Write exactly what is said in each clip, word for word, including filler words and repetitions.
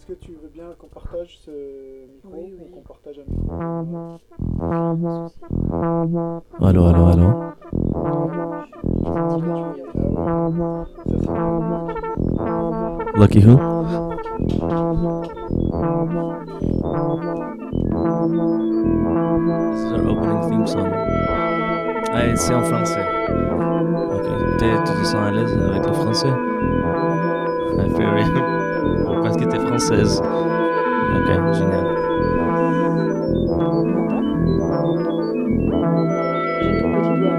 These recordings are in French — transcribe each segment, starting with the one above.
Est-ce que tu veux bien qu'on partage ce micro Oui, oui. ou qu'on partage un micro? Allô, allô, allô. Ça, c'est Lucky who? This is our opening theme song. Ah, et c'est en français. Ok. T'es, tu te sens à l'aise avec le français? I feel it. Parce que t'es française. Ok, génial. J'ai une toute petite voix.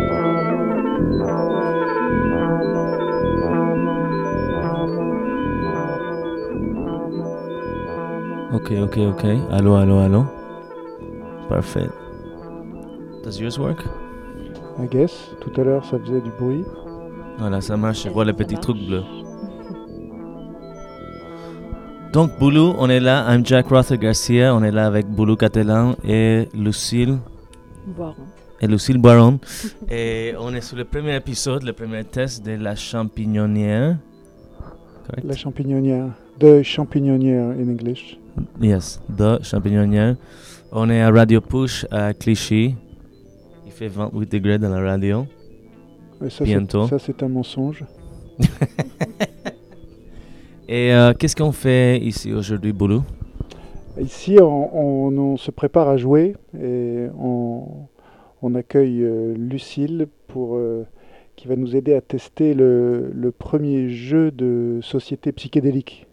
Ok, ok, ok. Allô, allô, allô. Parfait. Does yours work? I guess. Tout à l'heure, ça faisait du bruit. Voilà, ça marche. Je Est-ce vois le que ça petit marche? truc bleu. Donc, Boulou, on est là. I'm Jack Rother Garcia. On est là avec Boulou Catalan et Lucille. Boiron. Et Lucille Boiron. Et on est sur le premier épisode, le premier test de la champignonnière. Correct? La champignonnière. The champignonnière in English. Yes, de champignonnière. On est à Radio Push à Clichy. Il fait vingt-huit degrés dans la radio. Et ça, Bientôt. C'est, ça, c'est un mensonge. Et euh, qu'est-ce qu'on fait ici aujourd'hui, Boulou? Ici, on, on- on se prépare à jouer et on, on accueille euh, Lucille pour, euh, qui va nous aider à tester le, le premier jeu de société psychédélique.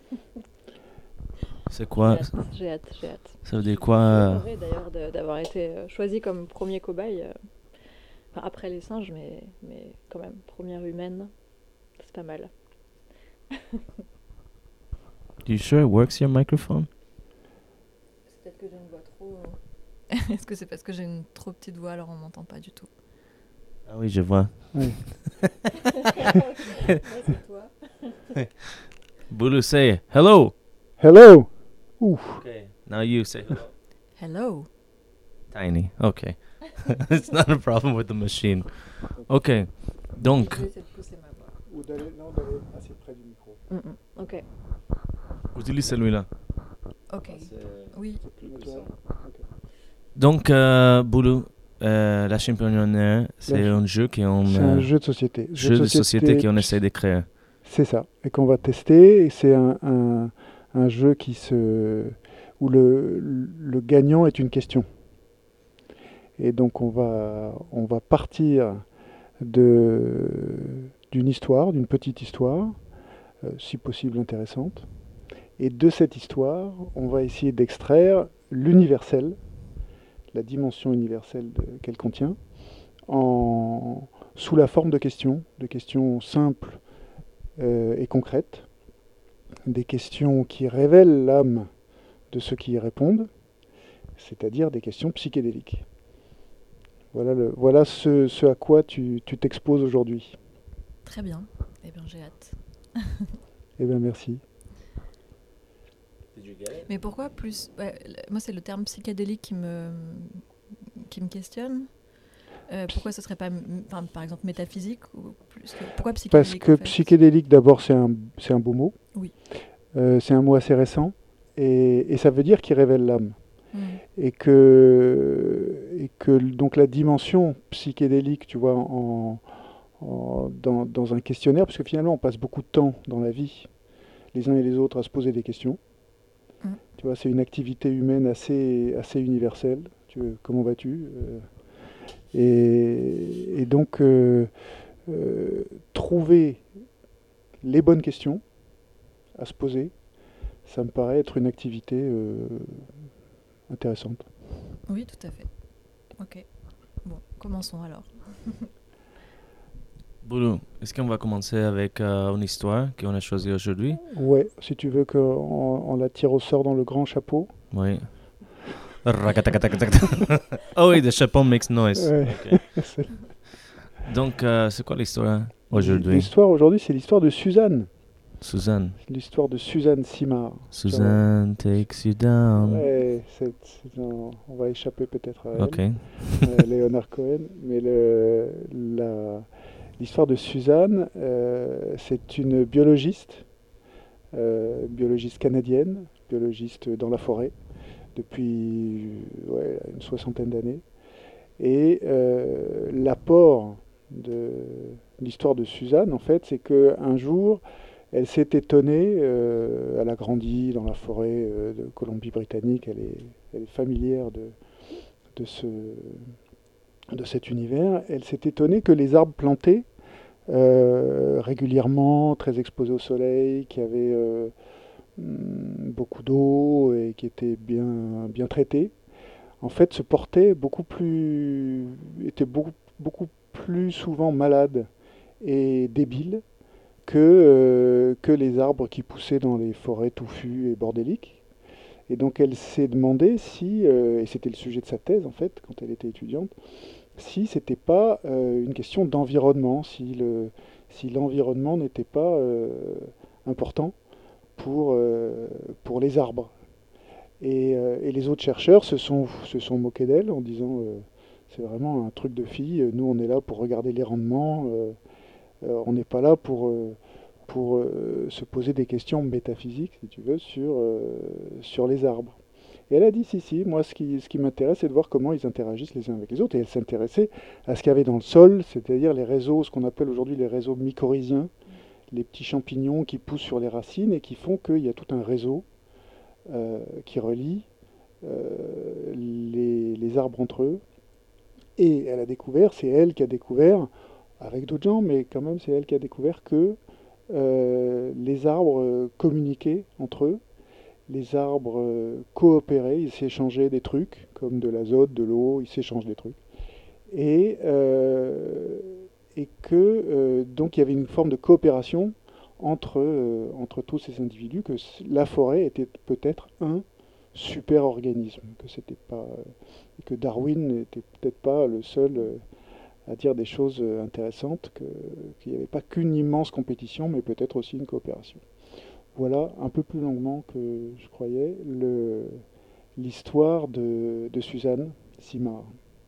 C'est quoi? J'ai hâte, j'ai hâte, j'ai hâte. Ça veut dire Je quoi? suis euh, honorée d'ailleurs de- d'avoir été euh, choisie comme premier cobaye. euh, enfin, après les singes, mais, mais quand même, première humaine. C'est pas mal. You sure it works your microphone? C'est peut-être que j'ai une voix trop. Est-ce que c'est parce que j'ai une trop petite voix alors on m'entend pas du tout? Ah oui, je vois. Oui. Ouais, c'est toi. Boulou, say hello. Hello! Ouh. Okay. Now you say hello. Hello. Tiny. Okay. It's not a problem with the machine. Okay. Donc, Je vais essayer de pousser ma voix. Ou d'aller, non, d'aller assez près du micro. Mm, mm. Ok. utilise celui-là. Ok. Oui. Plus naturel. Ok. Donc, euh, Boulou, euh, la champignon, c'est La- un jeu qui on, C'est euh, un jeu de société. jeu de société qu'on essaie de créer. C'est ça, et qu'on va tester. Et c'est un, un- un jeu qui se, où le, le gagnant est une question. Et donc on va, on va partir de, d'une histoire, d'une petite histoire, euh, si possible intéressante. Et de cette histoire, on va essayer d'extraire l'universel, la dimension universelle de- qu'elle contient, en, sous la forme de questions, de questions simples euh, et concrètes, des questions qui révèlent l'âme de ceux qui y répondent, c'est-à-dire des questions psychédéliques. Voilà, le, voilà ce, ce à quoi tu, tu t'exposes aujourd'hui. Très bien. Eh bien, j'ai hâte. Eh bien, merci. Mais pourquoi plus ouais, le- moi, c'est le terme psychédélique qui me, qui me questionne. Euh, pourquoi ce serait pas, m- enfin, par exemple, métaphysique ou plus que- Pourquoi psychédélique Parce que en fait psychédélique, d'abord, c'est un, c'est un beau mot. Oui. Euh, c'est un mot assez récent. Et, et ça veut dire qu'il révèle l'âme. Mm. Et que, et que donc la dimension psychédélique, tu vois, en, en- dans, dans un questionnaire, parce que finalement, on passe beaucoup de temps dans la vie, les uns et les autres, à se poser des questions. Mm. Tu vois, c'est une activité humaine assez, assez universelle. Tu veux, comment vas-tu? Euh, et, et donc, euh, euh, trouver les bonnes questions à se poser, ça me paraît être une activité euh, intéressante. Oui, tout à fait. Ok. Bon, commençons alors. Boulou, est-ce qu'on va commencer avec euh, une histoire qu'on a choisie aujourd'hui? Ouais, si tu veux qu'on on la tire au sort dans le grand chapeau. Oui. Racatacatacatac. Oh oui, the chapeau makes noise. Ouais. Ok. C'est- Donc, euh, c'est quoi l'histoire aujourd'hui? L'histoire aujourd'hui, c'est l'histoire de Suzanne. Suzanne. L'histoire de Suzanne Simard. Suzanne takes you down. Ouais, c'est- c'est un- on va échapper peut-être à elle, Ok. euh, Léonard Cohen, mais le- la- l'histoire de Suzanne, euh, c'est une biologiste euh, biologiste canadienne, biologiste dans la forêt depuis ouais, une soixantaine d'années. Et euh, l'apport de l'histoire de Suzanne, en fait, c'est qu'un jour, elle s'est étonnée, euh, elle a grandi dans la forêt euh, de Colombie-Britannique, elle est, elle est familière de, de, ce, de cet univers, elle s'est étonnée que les arbres plantés, euh, régulièrement, très exposés au soleil, qui avaient euh, beaucoup d'eau et qui étaient bien, bien traités, en fait, se portaient beaucoup plus, étaient beaucoup, beaucoup plus souvent malades et débiles que, euh, que les arbres qui poussaient dans les forêts touffues et bordéliques. Et donc elle s'est demandé si, euh, et c'était le sujet de sa thèse en fait, quand elle était étudiante, si c'était pas euh, une question d'environnement, si, le, si l'environnement n'était pas euh, important pour, euh, pour les arbres. Et, euh, et les autres chercheurs se sont, se sont moqués d'elle en disant euh, c'est vraiment un truc de fille, nous on est là pour regarder les rendements, euh, euh, on n'est pas là pour, euh, pour euh, se poser des questions métaphysiques, si tu veux, sur, euh, sur les arbres. Et elle a dit si, si, moi ce qui, ce qui m'intéresse c'est de voir comment ils interagissent les uns avec les autres. Et elle s'intéressait à ce qu'il y avait dans le sol, c'est-à-dire les réseaux, ce qu'on appelle aujourd'hui les réseaux mycorhiziens, les petits champignons qui poussent sur les racines et qui font qu'il y a tout un réseau Euh, qui relie euh, les, les arbres entre eux. Et elle a découvert, c'est elle qui a découvert, avec d'autres gens, mais quand même c'est elle qui a découvert que euh, les arbres communiquaient entre eux, les arbres coopéraient, ils s'échangeaient des trucs, comme de l'azote, de l'eau, ils s'échangent des trucs. Et, euh, et que euh, donc il y avait une forme de coopération Entre, euh, entre tous ces individus, que la forêt était peut-être un super organisme, que c'était pas, euh, que Darwin n'était peut-être pas le seul euh, à dire des choses euh, intéressantes, que, qu'il n'y avait pas qu'une immense compétition, mais peut-être aussi une coopération. Voilà, un peu plus longuement que je croyais, le, l'histoire de, de Suzanne Simard.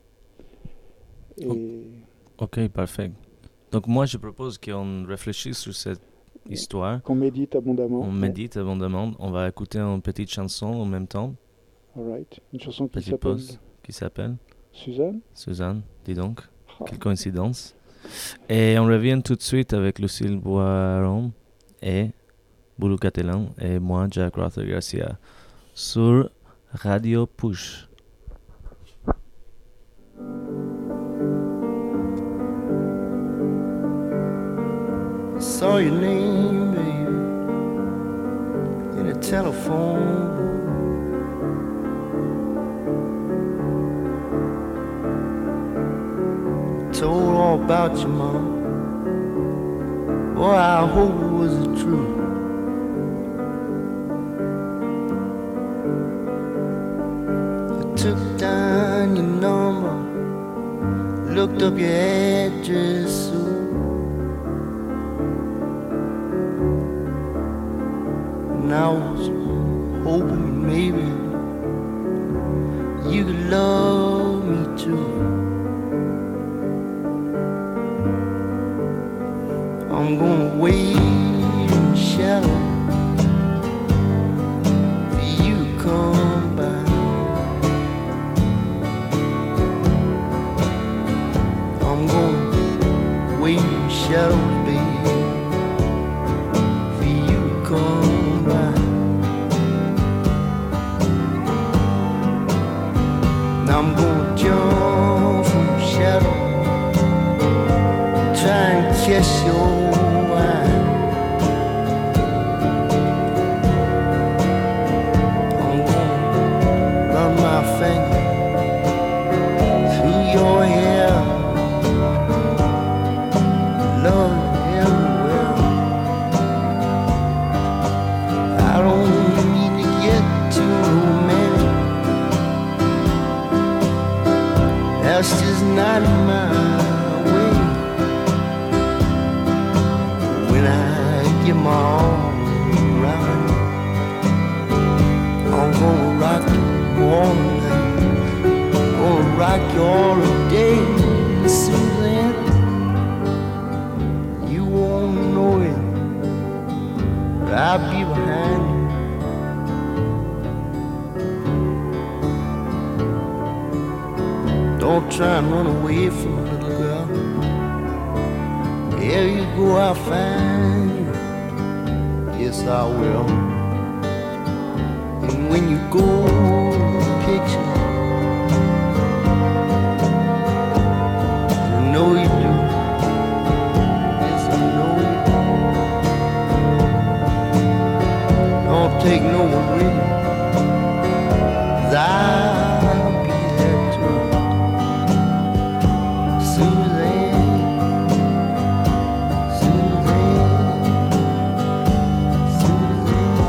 Et... Ok, parfait. Donc moi, je propose qu'on réfléchisse sur cette histoire. Qu'on médite abondamment. On médite ouais. abondamment. On va écouter une petite chanson en même temps. All right. Une chanson qui Petite s'appelle... pause. Qui s'appelle Suzanne. Suzanne, dis donc. Ah. Quelle coïncidence. Et on revient tout de suite avec Lucille Boiron et Boulou Catalan et moi, Jack Rother Garcia, sur Radio Push. I saw your name, baby, in a telephone booth. Told all about your mom. Boy, I hope it was the truth. I took down your number, looked up your address. And I was hoping maybe you could love me too. I'm gonna wait in the shadow for you to come by. I'm gonna wait in the shadows, baby, for you to come by. Now I'm gonna jump from the shadow, try and catch your eye. I'm gonna run my finger through your hair, love you everywhere. I don't mean to get too romantic, that's just not my way. I'll be behind you. Don't try and run away from me, little girl. There you go, I'll find you. Yes, I will. And when you go to the picture, I know you do. Yes, I know you do. Don't take no one with you, 'cause I'll be there too. Suzanne, Suzanne, Suzanne.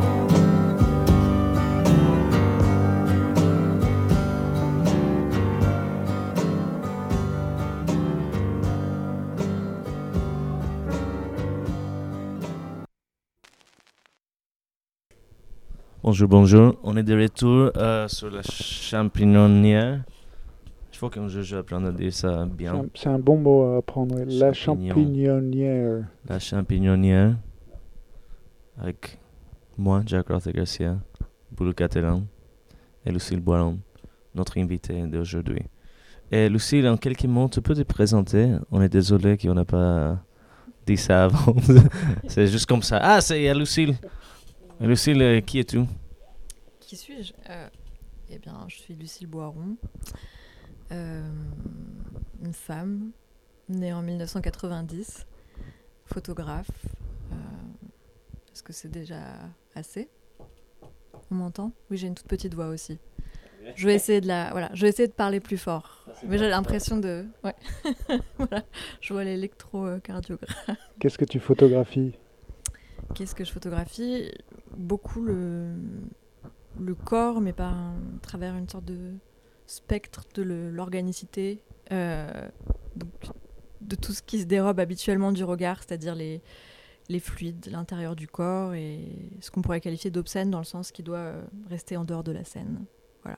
Bonjour, bonjour. On est de retour euh, sur la champignonnière. Il faut que je, je apprenne à dire ça C'est bien. un, c'est un bon mot à apprendre. ouais. La Champignon. champignonnière. La champignonnière. Avec moi, Jack Arthur Garcia, Boulou Catalan et Lucille Boiron, notre invitée d'aujourd'hui. Et Lucille, en quelques mots, tu peux te présenter? On est désolé qu'on n'a pas dit ça avant. C'est juste comme ça. Ah, c'est Lucille. Et Lucille, euh, qui es-tu? Qui suis-je? Euh, Eh bien, je suis Lucille Boiron, euh, une femme née en mille neuf cent quatre-vingt-dix, photographe. Euh, Est-ce que c'est déjà assez? On m'entend? Oui, j'ai une toute petite voix aussi. Je vais essayer de la, voilà, je vais essayer de parler plus fort. Mais j'ai l'impression de, ouais, voilà, je vois l'électrocardiogramme. Qu'est-ce que tu photographies? Qu'est-ce que je photographie? Beaucoup le, le corps, mais par un, à travers une sorte de spectre de le- l'organicité, euh, donc de tout ce qui se dérobe habituellement du regard, c'est-à-dire les, les fluides, l'intérieur du corps et ce qu'on pourrait qualifier d'obscène dans le sens qui doit euh, rester en dehors de la scène. Voilà.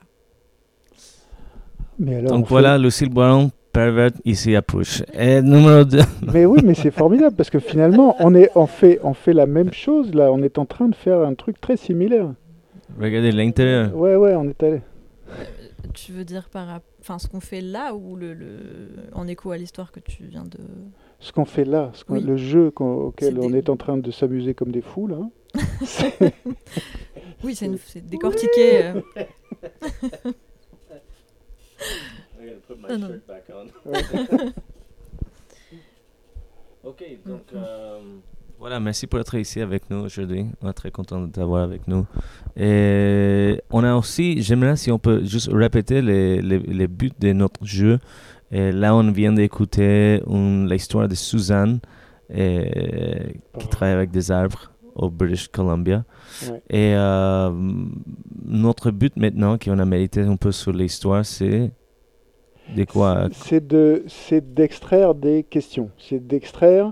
Mais alors, on Donc fait- voilà, Lucille Boiron, pervert, ici à Push. Et numéro deux. Mais oui, mais c'est formidable parce que finalement, on, est, on, fait, on fait la même chose là. On est en train de faire un truc très similaire. Regardez l'intérieur. Ouais, ouais, on est allé. Tu veux dire par, rap- enfin, ce qu'on fait là ou le, le, en écho à l'histoire que tu viens de... Ce qu'on fait là, ce qu'on- Oui. le jeu qu'on- auquel C'est on des- est en train de s'amuser comme des fous là. Oui, c'est, une- c'est décortiqué. euh. Non, non. Ok, donc euh, voilà, merci pour être ici avec nous aujourd'hui. On est très content de t'avoir avec nous. Et on a aussi, j'aimerais si on peut juste répéter les, les, les buts de notre jeu. Et là, on vient d'écouter une- l'histoire de Suzanne et, qui travaille avec des arbres au British Columbia. Ouais. Et euh, notre but maintenant, qu'on a médité un peu sur l'histoire, c'est de quoi? C'est de, c'est d'extraire des questions. C'est d'extraire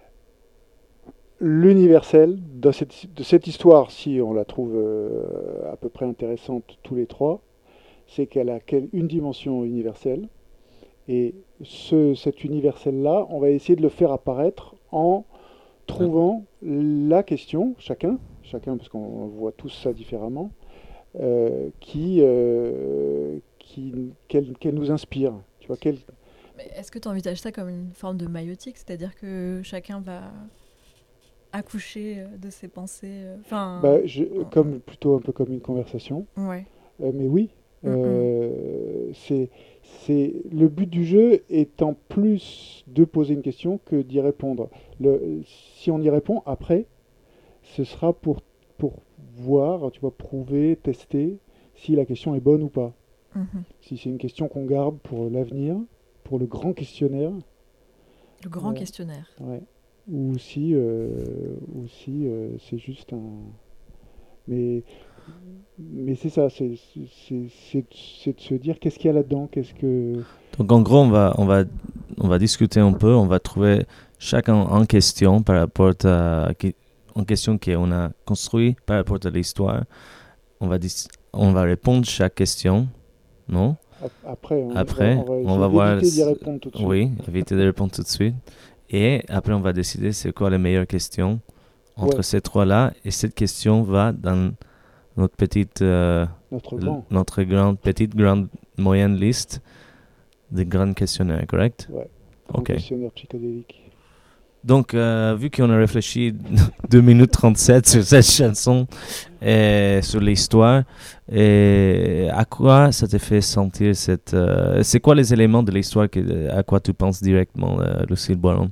l'universel de cette, de cette histoire, si on la trouve euh, à peu près intéressante tous les trois, c'est qu'elle a quelle- une dimension universelle. Et ce, cet universel-là, on va essayer de le faire apparaître en trouvant la question, chacun, chacun parce qu'on voit tous ça différemment, euh, qui, euh, qui, qu'elle, qu'elle nous inspire. Tu vois, quelle- Mais est-ce que tu envisages ça comme une forme de maïotique, c'est-à-dire que chacun va accoucher euh, de ses pensées euh, Enfin, bah, je- comme, plutôt un peu comme une conversation. ouais. Euh, mais oui, Mhm. euh, c'est, c'est, le but du jeu étant plus de poser une question que d'y répondre. Le, si on y répond après, ce sera pour, pour voir, tu vois, prouver, tester si la question est bonne ou pas. Mhm. Si c'est une question qu'on garde pour l'avenir, pour le grand questionnaire, Le grand Ouais. questionnaire. ouais. ou si, euh, ou si euh, c'est juste un... Mais, mais c'est ça, c'est, c'est, c'est, c'est de se dire qu'est-ce qu'il y a là-dedans, qu'est-ce que... Donc en gros, on va, on va, on va discuter un peu, on va trouver chacun en question par rapport à en question qu'on a construit par rapport à l'histoire. On va, dis, on va répondre chaque question, non? Après, on Après, va, on va, on va voir éviter d'y s- répondre tout de suite. Oui, éviter de répondre tout de suite. Et après, on va décider c'est quoi les meilleures questions entre Ouais. ces trois-là. Et cette question va dans notre petite, euh, Notre l- grand. notre grande, petite, grande, moyenne liste de grands questionnaires, correct? Ouais. Grand Ok. questionnaire psychédélique. Donc, euh, vu qu'on a réfléchi deux minutes trente-sept sur cette chanson et sur l'histoire, et à quoi ça te fait sentir cette... euh, c'est quoi les éléments de l'histoire que, à quoi tu penses directement, euh, Lucille Boiron?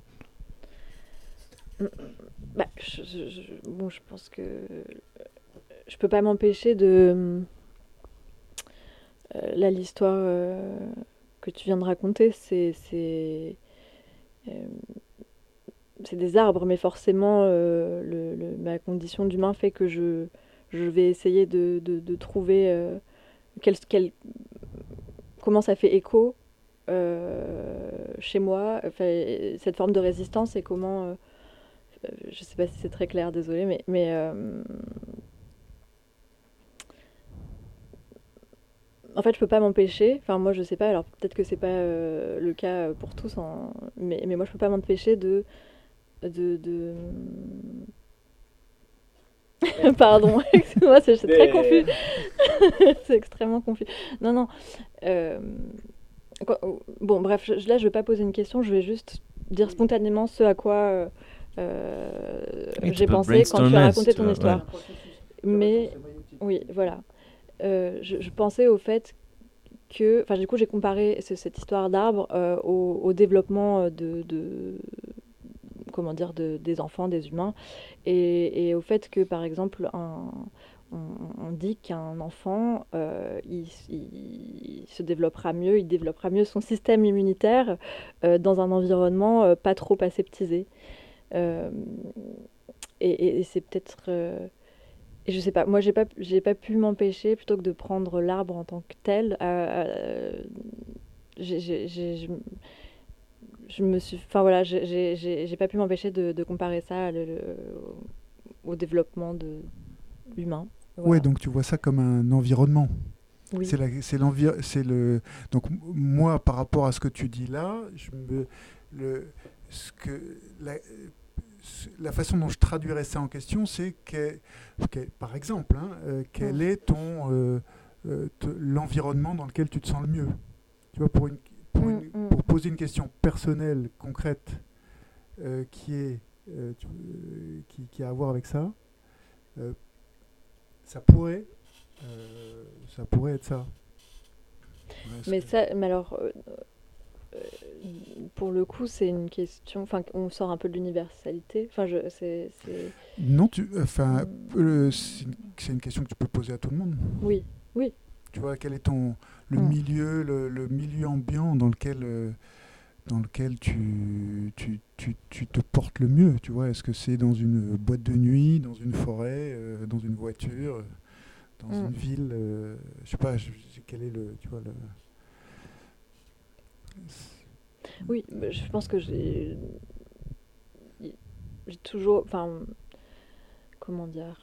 Bah, je, je- je- bon, je pense que je peux pas m'empêcher de. Euh, là, l'histoire euh, que tu viens de raconter, c'est c'est euh, c'est des arbres, mais forcément, euh, le, le- ma condition d'humain fait que je je vais essayer de, de, de trouver euh, quel, quel- comment ça fait écho euh, chez moi, enfin, cette forme de résistance et comment. Euh, euh, je sais pas si c'est très clair, désolé, mais mais euh, en fait, je peux pas m'empêcher. Enfin, moi, je sais pas. Alors, peut-être que c'est pas euh, le cas pour tous, hein, mais, mais moi, je peux pas m'empêcher de, de, de... Pardon, excuse-moi, c'est c'est très confus. C'est extrêmement confus. Non, non. euh, quoi- Bon, bref, je- là, je vais pas poser une question. Je vais juste dire spontanément ce à quoi euh, euh, Et tu j'ai peux pensé quand tu as brainstormer, raconté si tu ton veux, histoire. Mais oui, voilà. Euh, je, je pensais au fait que, enfin, du coup, j'ai comparé ce- cette histoire d'arbre euh, au, au développement euh, de, de- comment dire, de- des enfants, des humains, et, et au fait que, par exemple, un- on, on dit qu'un enfant, euh, il, il se développera mieux, il développera mieux son système immunitaire euh, dans un environnement euh, pas trop aseptisé. Euh, et, et- et c'est peut-être euh, et je sais pas, moi j'ai pas, j'ai pas pu m'empêcher, plutôt que de prendre l'arbre en tant que tel, euh, euh, j'ai, j'ai- j'ai- je, je me suis, enfin voilà, j'ai, j'ai, j'ai- j'ai pas pu m'empêcher de, de comparer ça à le- le- au développement de l'humain. Ouais, Voilà. donc tu vois ça comme un environnement. Oui. C'est la, c'est l'envi- c'est le. Donc m- moi, par rapport à ce que tu dis là, je me, le, ce que la, ce- la façon dont je traduirais ça en question, c'est que, que- par exemple, hein, euh, quel Mm. est ton euh, euh, te- l'environnement dans lequel tu te sens le mieux. Tu vois, pour une, pour, Mm, une- mm. pour poser une question personnelle, concrète, euh, qui est euh, tu- euh, qui, qui a à voir avec ça. euh, ça pourrait, euh, ça pourrait être ça. Ouais, Mais ce que- ça, mais alors, euh, euh, pour le coup, c'est une question, enfin, on sort un peu de l'universalité. Enfin, je, c'est, c'est, Non, tu, enfin, Mm. euh, c'est une, c'est une question que tu peux poser à tout le monde. oui, oui. Tu vois, quel est ton le Mm. milieu, le, le milieu ambiant dans lequel euh, dans lequel tu, tu, tu, tu te portes le mieux. Tu vois, est-ce que c'est dans une boîte de nuit, dans une forêt, euh, dans une voiture, euh, dans Mm. une ville, euh, je sais pas, je- je- quel est le, tu vois le. Oui, bah, je pense que j'ai j'ai toujours, enfin, comment dire,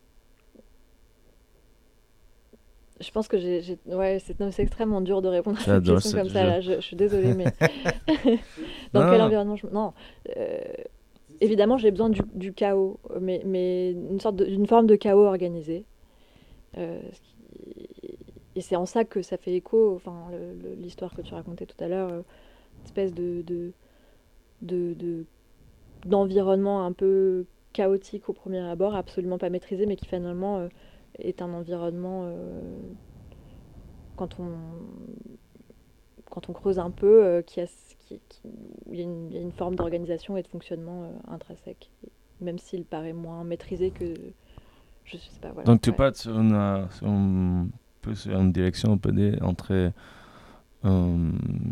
je pense que j'ai, j'ai- ouais, c'est, non, c'est extrêmement dur de répondre à cette J'adore question ce comme ça. jeu. Là, je, je suis désolée, mais dans Non, quel non. environnement je... Non, euh, évidemment, j'ai besoin du, du chaos, mais, mais une sorte de- d'une forme de chaos organisé. Euh, ce qui- Et c'est en ça que ça fait écho, enfin, le- le- l'histoire que tu racontais tout à l'heure, euh, une espèce de, de, de, de- d'environnement un peu chaotique au premier abord, absolument pas maîtrisé, mais qui finalement euh, est un environnement, euh, quand on quand on creuse un peu, euh, qui a, qui, qui- où il y, a une- il y a une forme d'organisation et de fonctionnement euh, intrinsèque, même s'il paraît moins maîtrisé que, je sais pas, voilà. Donc tu Ouais. pars sur une, euh, sur un peu sur une direction, on peut dire, entre euh,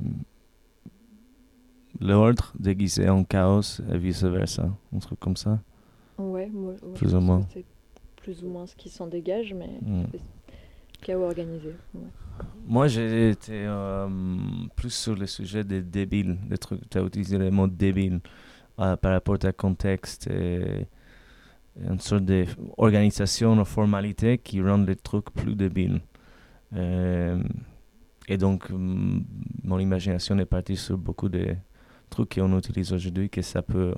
l'ordre déguisé en chaos et vice-versa, un truc comme ça. Ouais, moi, moi, je Plus ou pense moins. que c'est plus ou moins ce qui s'en dégage, mais Mm. c'est chaos organisé. Ouais. Moi, j'ai été euh, plus sur le sujet des débiles, des trucs, tu as utilisé le mot débile euh, par rapport à contexte et, et une sorte d'organisation ou formalité qui rendent les trucs plus débiles. Euh, et donc, mm, mon imagination est partie sur beaucoup de trucs qu'on utilise aujourd'hui, que ça peut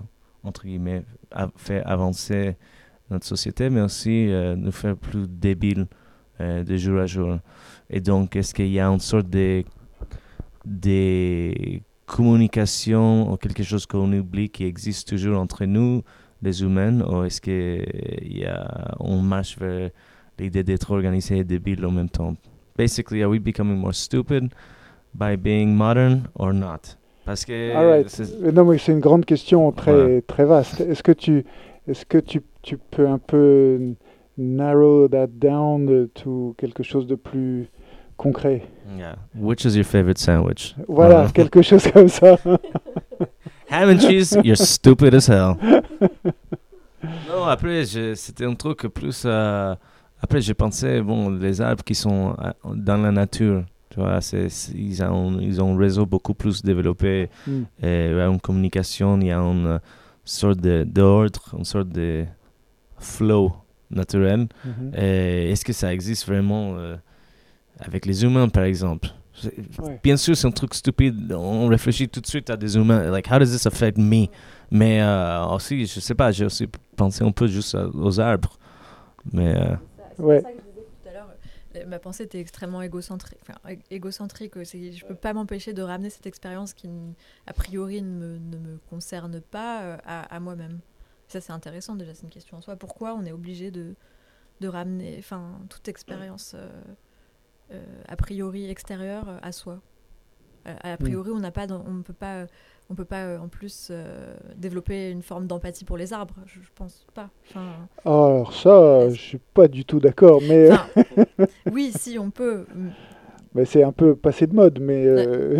entre guillemets, a- fait avancer notre société, mais aussi euh, nous faire plus débiles euh, de jour à jour. Et donc, est-ce qu'il y a une sorte de, de communication ou quelque chose qu'on oublie qui existe toujours entre nous, les humains, ou est-ce qu'on marche vers l'idée d'être organisé et débile en même temps? Basically, are we becoming more stupid by being modern or not? Parce que All right. c'est- Euh, Non, mais c'est une grande question très, Voilà. très vaste. Est-ce que tu, est-ce que tu, tu peux un peu narrow that down euh, to quelque chose de plus concret? yeah. Which is your favorite sandwich? Voilà, Uh, quelque chose comme ça. Ham and cheese, you're stupid as hell. Non, après, je- c'était un truc plus. euh, après, j'ai pensé, bon, les arbres qui sont euh, dans la nature, tu vois, c'est, c'est- ils, ont, ils ont un réseau beaucoup plus développé. Hmm. Et il y a une communication, il y a une euh, sorte de, d'ordre, une sorte de flow naturel. Mhm. Et est-ce que ça existe vraiment euh, avec les humains, par exemple? C'est- Ouais. Bien sûr, c'est un truc stupide. On réfléchit tout de suite à des humains. Like, how does this affect me? Mais euh, aussi, je sais pas, j'ai aussi pensé un peu juste à- aux arbres. Mais euh, C'est Ouais. pour ça que je disais tout à l'heure, euh, ma pensée était extrêmement égocentrique. Enfin, é- égocentrique. euh, c'est- Je peux pas m'empêcher de ramener cette expérience qui, n- a priori, ne me, ne me concerne pas euh, à, à moi-même. Ça, c'est intéressant déjà, c'est une question en soi. Pourquoi on est obligé de, de ramener enfin, toute expérience euh, euh, a priori extérieure euh, à soi? A, a priori, on n'a pas, d'en- on ne peut pas, euh, on peut pas euh, en plus euh, développer une forme d'empathie pour les arbres. Je, je pense pas. Enfin, Alors ça, je suis pas du tout d'accord, mais, Enfin, oui, si on peut. mm, mais c'est un peu passé de mode, mais euh,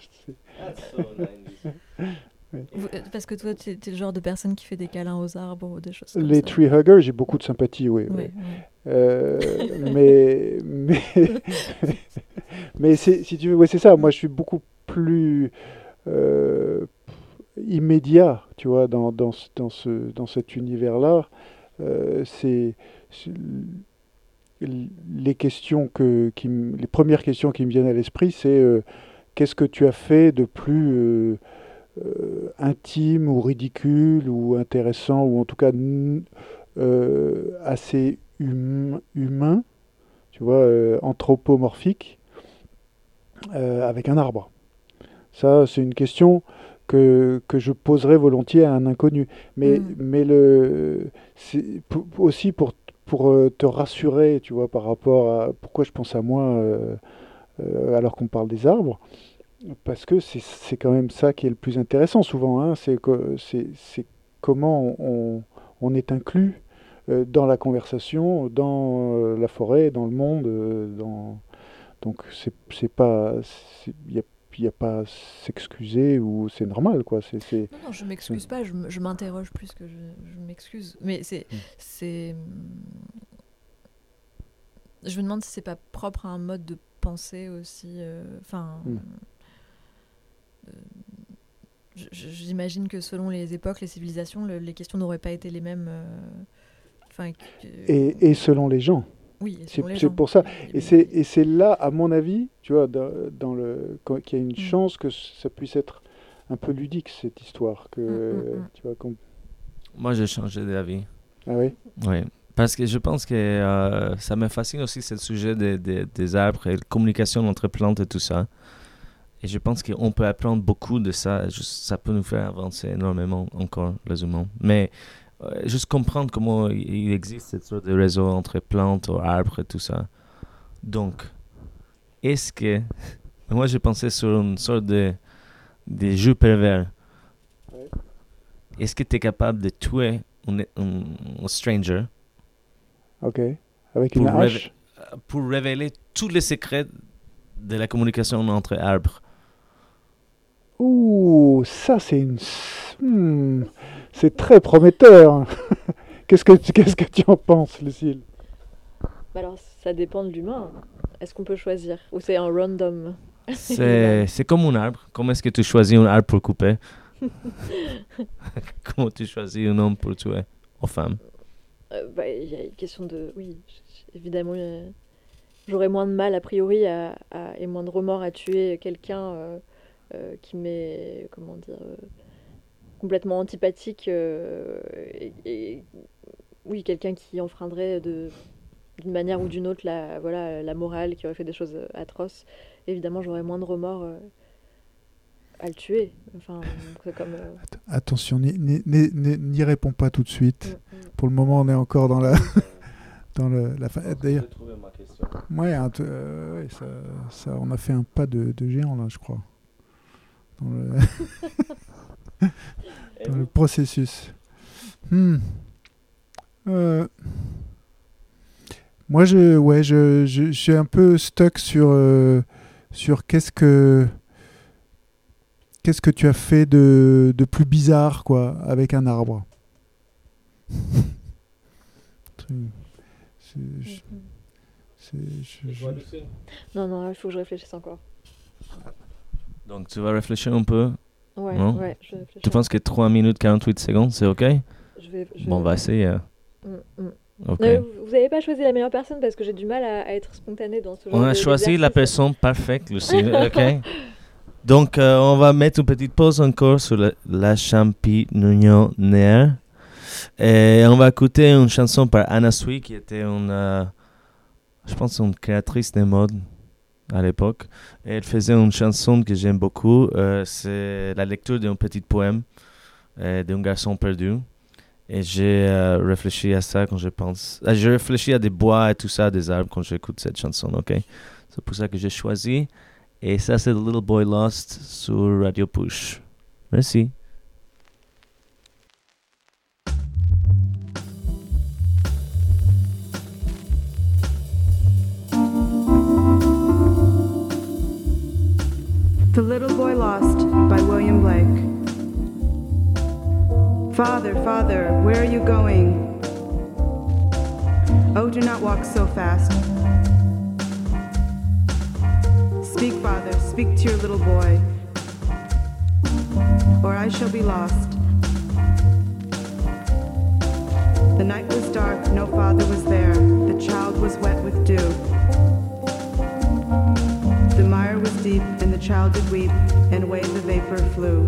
vous- euh, Parce que toi, tu es le genre de personne qui fait des câlins aux arbres ou des choses comme les ça. tree huggers, j'ai beaucoup de sympathie, oui. oui. Ouais, ouais. Euh, mais mais, mais c'est, si tu veux, ouais, c'est ça. Moi, je suis beaucoup plus euh, immédiat, tu vois, dans, dans, ce- dans, ce, dans cet univers-là. Euh, c'est, c'est l- les questions que, qui, m- les premières questions qui me viennent à l'esprit, c'est euh, qu'est-ce que tu as fait de plus euh, euh, intime ou ridicule ou intéressant ou en tout cas n- euh, assez hum- humain, tu vois, euh, anthropomorphique, euh, avec un arbre. Ça, c'est une question que, que je poserais volontiers à un inconnu. Mais, Mm. mais le, c'est pour- aussi pour, pour euh, te rassurer, tu vois, par rapport à pourquoi je pense à moi euh, euh, alors qu'on parle des arbres. Parce que c'est c'est quand même ça qui est le plus intéressant souvent, hein, c'est que c'est c'est comment on, on est inclus euh, dans la conversation, dans euh, la forêt, dans le monde, euh, dans donc c'est c'est pas il y a y a pas à s'excuser ou c'est normal quoi, c'est c'est Non, non, je m'excuse pas, je, m- je m'interroge plus que je, je m'excuse. Mais c'est. Mm. c'est hum, Je me demande si c'est pas propre à un mode de pensée aussi. euh, Enfin. Mm. euh, j- J'imagine que selon les époques, les civilisations, le- les questions n'auraient pas été les mêmes. euh, Enfin. que- et, et selon les gens. Oui, et C'est selon les c'est gens. pour ça. Mais- Et mais- c'est et c'est là, à mon avis, tu vois, dans, dans le quand- qu'il y a une Mm. chance que ça puisse être un peu ludique cette histoire, que Mm, mm, mm. tu vois, qu'on- moi, j'ai changé d'avis. ah oui. Oui. Parce que je pense que euh, ça me fascine aussi ce sujet des, des, des arbres et la communication entre plantes et tout ça. Et je pense qu'on peut apprendre beaucoup de ça. Juste, ça peut nous faire avancer énormément encore, les humains. Mais euh, juste comprendre comment il il existe cette sorte de réseau entre plantes, arbres et tout ça. Donc, est-ce que... Moi, j'ai pensé sur une sorte de, de jeu pervers. Ouais. Est-ce que tu es capable de tuer un, un, un stranger Ok. Avec pour, une révé- hache. pour révéler tous les secrets de la communication entre arbres? Ouh, ça c'est une. Hmm, c'est très prometteur. Qu'est-ce que tu, qu'est-ce que tu en penses, Lucille? Bah alors, ça dépend de l'humain. Est-ce qu'on peut choisir? Ou c'est un random? C'est, c'est comme un arbre. Comment est-ce que tu choisis un arbre pour couper? Comment tu choisis un homme pour tuer? Aux femmes. Euh, bah, il y a une question de... Oui, j- évidemment, euh, j'aurais moins de mal, a priori, à, à- et moins de remords à tuer quelqu'un euh, euh, qui m'est... Comment dire... euh, complètement antipathique euh, et, et oui, quelqu'un qui enfreindrait de, d'une manière ou d'une autre la, voilà, la morale, qui aurait fait des choses atroces, évidemment j'aurais moins de remords euh, à le tuer. Enfin, c'est comme, euh... Attention, n'y, n'y, n'y, n'y réponds pas tout de suite. Mm, mm. Pour le moment, on est encore dans la... dans le, la fin. D'ailleurs, ouais, un, euh, ouais ça, ça, on a fait un pas de, de géant là, je crois. Dans le, dans le processus. Hmm. Euh... Moi, je, ouais, je, je, je suis un peu stuck sur, euh, sur qu'est-ce que, qu'est-ce que tu as fait de, de plus bizarre, quoi, avec un arbre. c'est, je, c'est, je, je... Non, non, il faut que je réfléchisse encore. Donc, tu vas réfléchir un peu. Ouais, non ouais, je réfléchis. Tu penses que trois minutes quarante-huit secondes, c'est OK? je vais, je Bon, on va essayer. Mm, mm. Okay. Non, vous n'avez pas choisi la meilleure personne parce que j'ai du mal à, à être spontanée dans ce genre On a de, choisi la personne parfaite, Lucie. OK. Donc, euh, on va mettre une petite pause encore sur la, la champignonaire. Et on va écouter une chanson par Anna Sui, qui était une, euh, je pense, une créatrice de mode à l'époque. Et elle faisait une chanson que j'aime beaucoup. Euh, c'est la lecture d'un petit poème euh, d'un garçon perdu. Et j'ai euh, réfléchi à ça quand je pense. Euh, j'ai réfléchi à des bois et tout ça, des arbres quand j'écoute cette chanson. Ok, c'est pour ça que j'ai choisi. Et ça, c'est The Little Boy Lost sur Radio Push. Merci. The Little Boy Lost by William Blake. Father, Father, where are you going? Oh, do not walk so fast. Speak, Father, speak to your little boy, or I shall be lost. The night was dark, no father was there. The child was wet with dew. The mire was deep, and the child did weep, and away the vapor flew.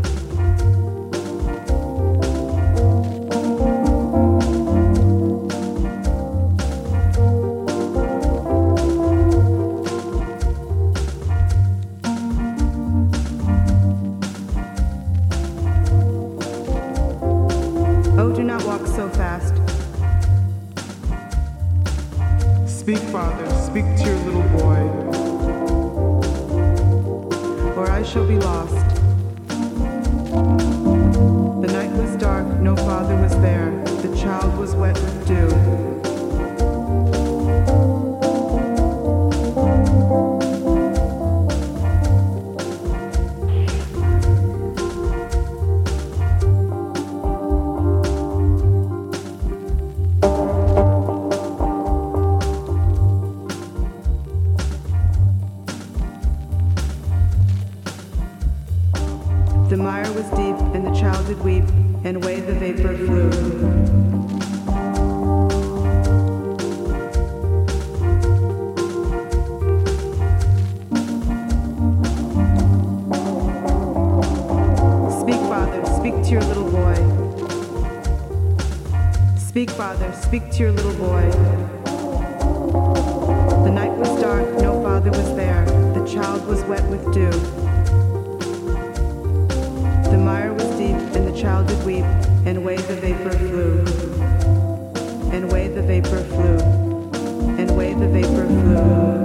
So fast. Speak, Father, speak to your little boy, or I shall be lost. The night was dark, no father was there. The child was wet with dew. The mire was deep, and the child did weep, and away the vapor flew. Speak, Father, speak to your little boy. Speak, Father, speak to your little boy. The night was dark, no father was there. The child was wet with dew. The mire was deep, and the child did weep, and away the vapor flew. And away the vapor flew. And away the vapor flew.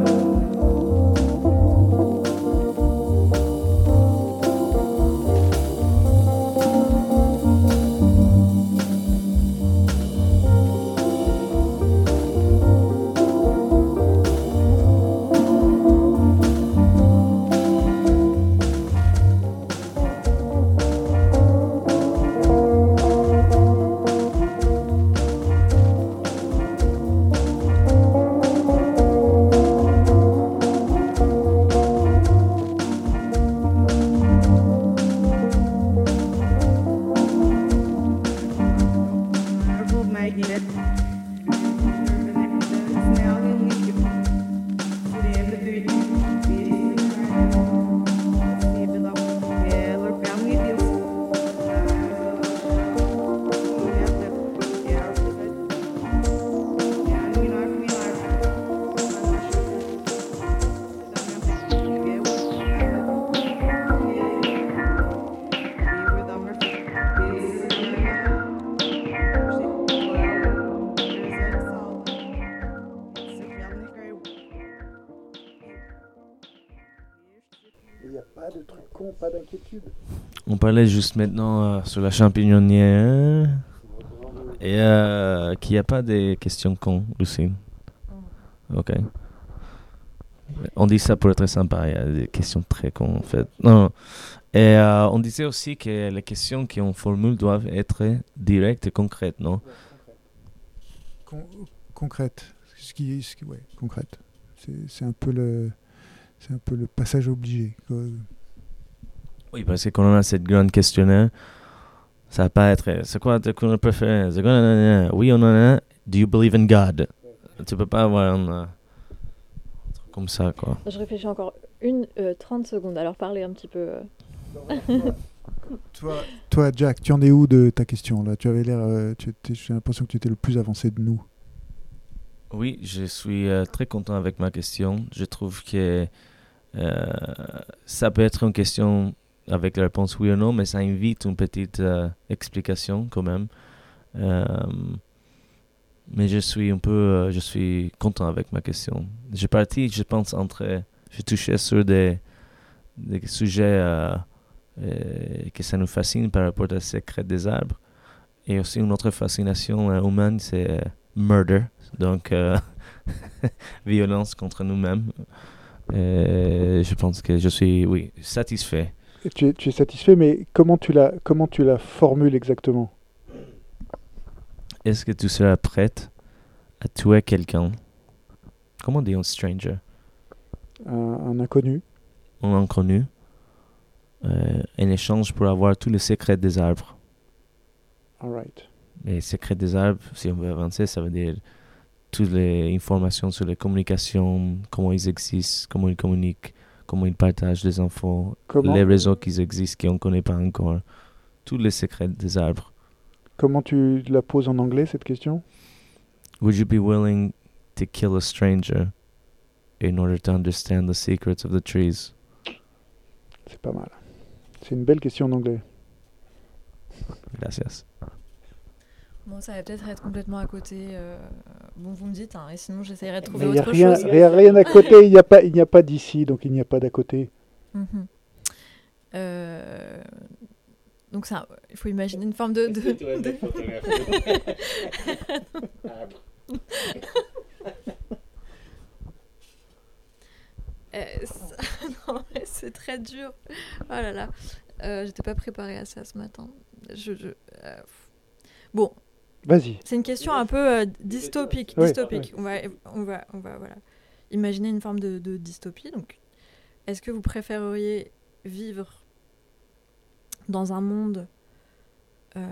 Il n'y a pas de truc con, pas d'inquiétude. On parlait juste maintenant euh, sur la champignonnière et euh, qu'il n'y a pas des questions cons, Lucille. Ok. On dit ça pour être sympa, il y a des questions très cons en fait. Non, non. Et euh, on disait aussi que les questions qu'on formule doivent être directes et concrètes, non? Con- concrète. Ce qui, ce qui, ouais, concrète. C'est, c'est un peu le, c'est un peu le passage obligé, quoi. Oui, parce que quand on a cette grande questionnaire, ça va pas être c'est quoi ta couleur préférée? C'est quoi, nanana? Oui ou non? Do you believe in God? Tu peux pas avoir un, euh, un truc comme ça, quoi. Je réfléchis encore une euh, trente secondes, alors parlez un petit peu. euh. Toi, toi, Jack, tu en es où de ta question là? Tu avais l'air, euh, tu étais- j'ai l'impression que tu étais le plus avancé de nous. Oui, je suis euh, très content avec ma question. Je trouve que euh, ça peut être une question avec la réponse oui ou non, mais ça invite une petite euh, explication quand même. Euh, mais je suis un peu, euh, je suis content avec ma question. J'ai parti, je pense, entre, j'ai touché sur des, des sujets euh, euh, que ça nous fascine par rapport au secret des arbres. Et aussi une autre fascination euh, humaine, c'est euh, murder, donc euh, violence contre nous-mêmes. Euh, je pense que je suis, oui, satisfait. Et tu, es, tu es satisfait, mais comment tu la, comment tu la formules exactement? Est-ce que tu seras prête à tuer quelqu'un? Comment dire un stranger? Un, un inconnu? Un inconnu, euh, en échange pour avoir tous les secrets des arbres. All right. Les secrets des arbres, si on veut avancer, ça veut dire toutes les informations sur les communications, comment ils existent, comment ils communiquent, comment ils partagent les infos, Comment, les réseaux qui existent, qu'on ne connaît pas encore, tous les secrets des arbres. comment tu la poses en anglais cette question? Would you be willing to kill a stranger in order to understand the secrets of the trees? C'est pas mal. C'est une belle question en anglais. Gracias. Bon, ça va peut-être être complètement à côté. euh, Bon, vous me dites, hein, et sinon j'essaierai de Mais trouver il n'y a autre rien, chose. rien, rien à côté, il n'y a pas, il n'y a pas d'ici, donc il n'y a pas d'à côté. Mhm. Euh, Donc ça, il faut imaginer une forme de... de- de- Euh, ça- non, mais c'est très dur. Oh là là. Euh, J'étais pas préparée à ça ce matin. Je, je- euh, Bon, Vas-y. c'est une question un peu euh, dystopique. Ouais, dystopique. On, va, on, va, on va voilà. imaginer une forme de, de dystopie. Donc, est-ce que vous préféreriez vivre dans un monde euh,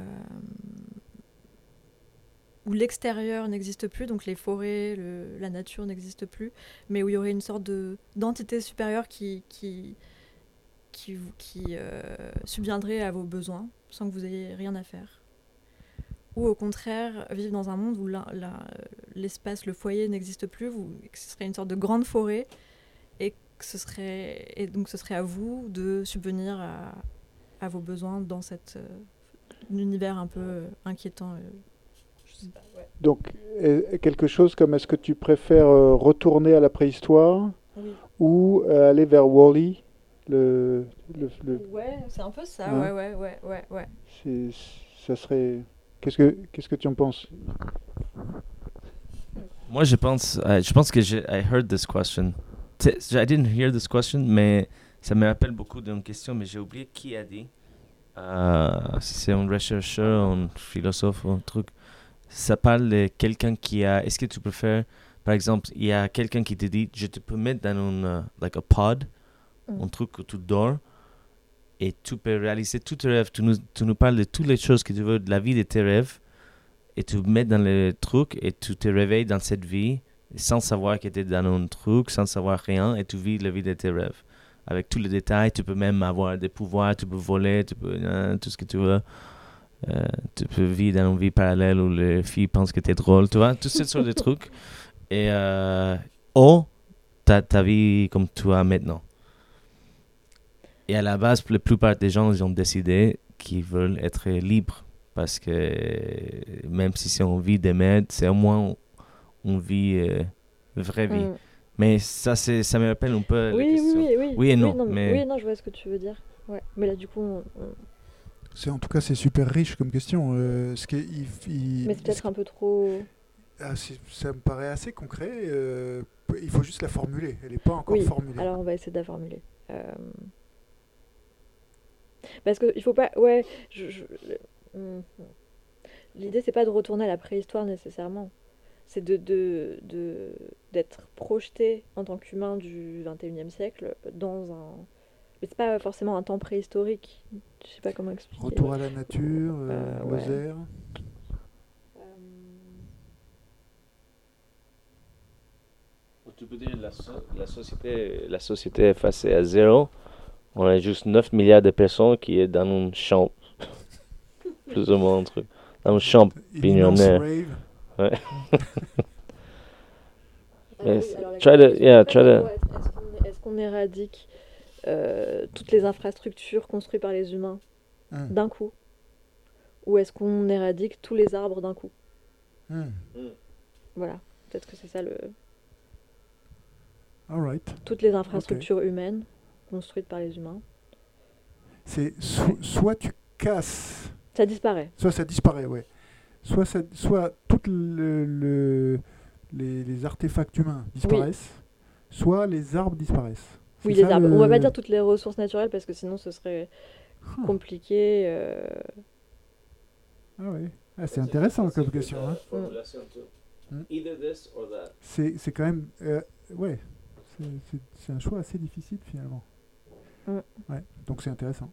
où l'extérieur n'existe plus, donc les forêts, le- la nature n'existe plus, mais où il y aurait une sorte de, d'entité supérieure qui, qui, qui, vous- qui euh, subviendrait à vos besoins sans que vous ayez rien à faire? Ou au contraire, vivre dans un monde où la- la- l'espace, le foyer n'existe plus, vous, que ce serait une sorte de grande forêt et que ce serait, et donc ce serait à vous de subvenir à, à vos besoins dans cet euh, univers un peu euh, inquiétant. euh, je sais pas, ouais. Donc, euh, quelque chose comme est-ce que tu préfères euh, retourner à la préhistoire Oui. ou euh, aller vers Wall-E le, le, le- Ouais, c'est un peu ça, Hein ouais, ouais, ouais, ouais, ouais. c'est, ça serait... Qu'est-ce que, qu'est-ce que tu en penses? Moi, je pense, euh, je pense que j'ai I heard this question. T- I didn't hear this question, mais ça me rappelle beaucoup d'une question, mais j'ai oublié qui a dit. Euh, si c'est un chercheur, un philosophe, un truc. Ça parle de quelqu'un qui a. Est-ce que tu préfères, par exemple, il y a quelqu'un qui te dit, je te peux mettre dans un, uh, like a pod, Mm. un truc où tu dors, et tu peux réaliser tous tes rêves. Tu nous, tu nous parles de toutes les choses que tu veux, de la vie de tes rêves, et tu mets dans le truc, et tu te réveilles dans cette vie, sans savoir que tu es dans un truc, sans savoir rien, et tu vis la vie de tes rêves. Avec tous les détails, tu peux même avoir des pouvoirs, tu peux voler, tu peux hein, tout ce que tu veux. Euh, tu peux vivre dans une vie parallèle où les filles pensent que tu es drôle, tu vois, toutes ces sortes de trucs. Et euh, ou ta, ta vie comme tu as maintenant. Et à la base, la plupart des gens ils ont décidé qu'ils veulent être libres. Parce que même si c'est une vie de merde, c'est au moins une vie, euh, vraie vie. Mm. Mais ça, c'est, ça me rappelle un peu les Oui, oui, questions. oui, oui. Oui et non, non, mais- Oui, non, je vois ce que tu veux dire. Ouais. Mais là, du coup, on- on- C'est, en tout cas, c'est super riche comme question. Euh, ce qui est- il- il- mais c'est peut-être un peu trop. ah, c'est- ça me paraît assez concret. euh, il faut juste la formuler. Elle n'est pas encore Oui, formulée. alors on va essayer de la formuler. Euh, Parce qu'il faut pas. Ouais. je- je- Hum, hum. L'idée, c'est pas de retourner à la préhistoire nécessairement. C'est de, de, de- d'être projeté en tant qu'humain du vingt et unième siècle dans un. Mais c'est pas forcément un temps préhistorique. Je sais pas comment expliquer. Retour à la nature, euh, Euh, ouais. Lozère. Tu peux dire la, so- la société, la société est effacée à zéro. On a juste neuf milliards de personnes qui est dans un champ. Plus ou moins un truc. Dans un champ. Une immense Pignonnaire. rave. Yes. Try to- yeah, try to- Est-ce qu'on, est-ce qu'on éradique euh, toutes les infrastructures construites par les humains Hum, d'un coup? Ou est-ce qu'on éradique tous les arbres d'un coup? hum. Voilà, peut-être que c'est ça le. All right. Toutes les infrastructures humaines construites par les humains. C'est so- soit tu casses, Ça disparaît. soit ça disparaît, ouais. Soit, ça, soit toutes le, le- les, les artefacts humains disparaissent, soit les arbres disparaissent. C'est Oui, les ça, arbres. le- On va pas dire toutes les ressources naturelles parce que sinon ce serait Hum. compliqué. euh, Ah ouais. Ah, c'est intéressant comme question. Hein. formulation, too. Hmm. Either this or that. C'est, c'est quand même... euh, ouais. C'est, c'est- c'est un choix assez difficile finalement. Mm. Ouais. Donc c'est intéressant.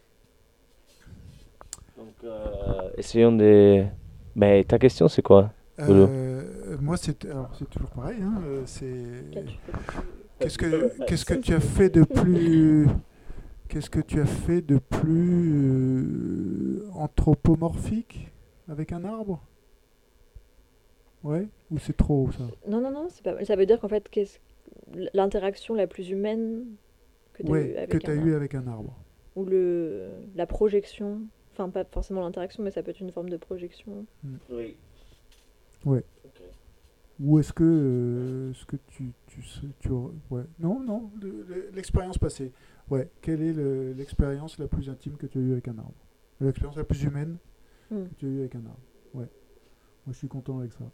Donc, euh, essayons de. Mais ta question, c'est quoi? Boulot. Euh, moi, c'est, alors, c'est toujours pareil. Hein, euh, c'est... qu'as-tu fait Qu'est-ce que, qu'est-ce que tu as fait de plus... Qu'est-ce que tu as fait de plus euh, anthropomorphique avec un arbre? Ouais? Ou c'est trop ça? Non, non, non, c'est pas. Ça veut dire qu'en fait, qu'est-ce... l'interaction la plus humaine que tu as eue Ouais, avec que tu as un eu arbre. avec un arbre. Ou le... la projection. Enfin, pas forcément l'interaction, mais ça peut être une forme de projection. Oui. Ou est-ce que, euh, est-ce que tu, tu, sais- tu aurais- ouais. Non, non, le- le- l'expérience passée. Ouais, quelle est le- l'expérience la plus intime que tu as eue avec un arbre? L'expérience la plus humaine Hmm. que tu as eue avec un arbre. Ouais. Moi, je suis content avec ça.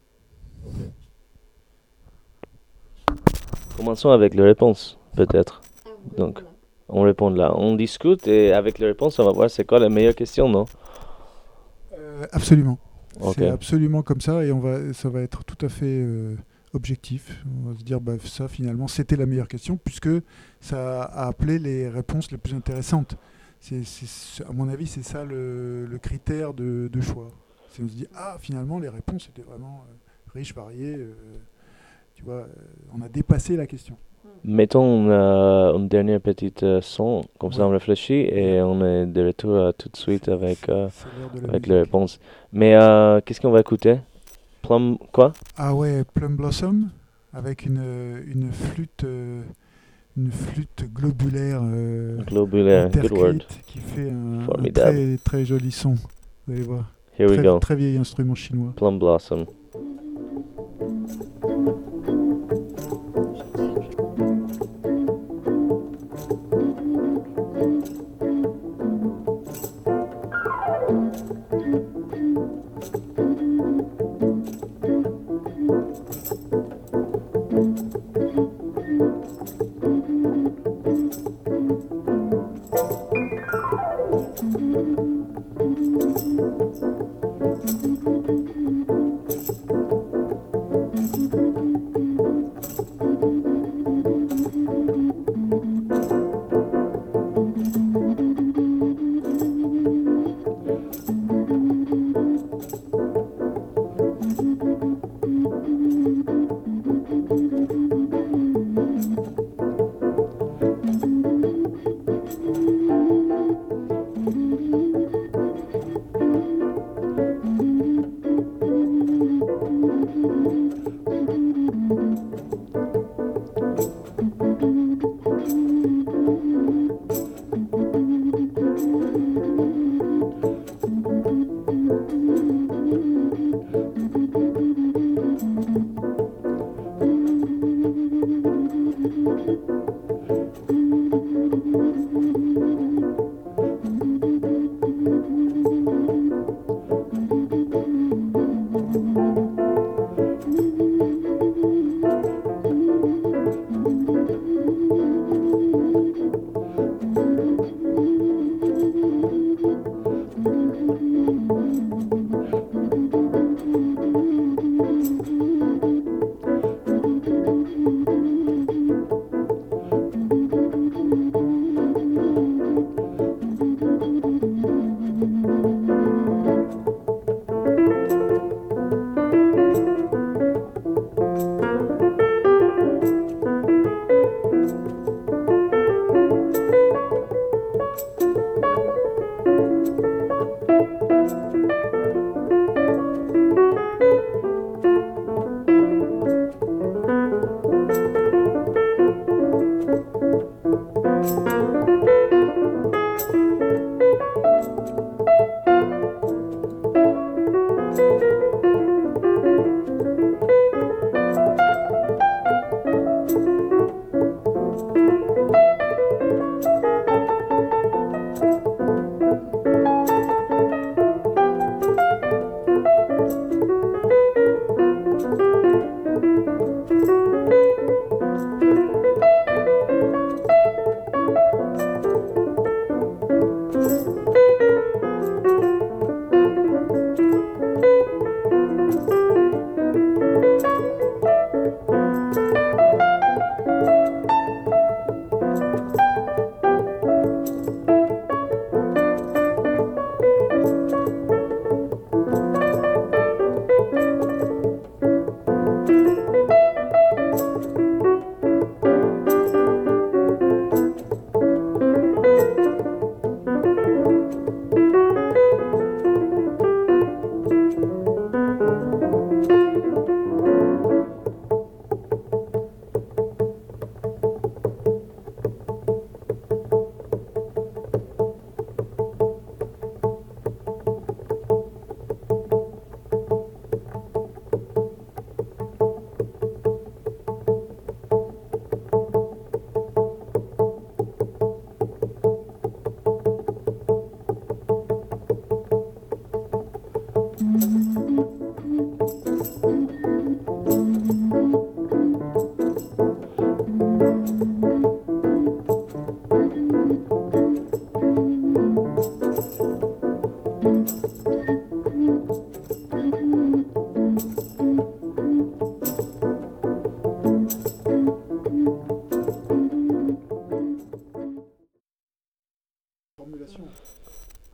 Commençons avec les réponses, peut-être. Donc, on répond là. On discute et avec les réponses, on va voir c'est quoi la meilleure question, non? Euh, absolument. Ok. C'est absolument comme ça et on va, ça va être tout à fait euh, objectif. On va se dire, bah, ça finalement, c'était la meilleure question puisque ça a appelé les réponses les plus intéressantes. C'est, c'est- à mon avis, c'est ça le, le critère de, de choix. C'est on se dit, ah, finalement, les réponses étaient vraiment euh, riches, variées. euh, tu vois, euh, on a dépassé la question. Mettons euh, une dernière petite euh, son, comme ça Ouais. on réfléchit et on est de retour euh, tout de suite avec, euh, C'est l'heure de la avec musique. les réponses. Mais euh, qu'est-ce qu'on va écouter? Plum, quoi? Ah ouais, Plum Blossom avec une, une flûte, euh, une flûte globulaire. euh, Globulaire, good word. interclite qui fait un, un Formidable. très, très joli son. Vous allez voir. Here we Très, go. très vieil instrument chinois. Plum Blossom.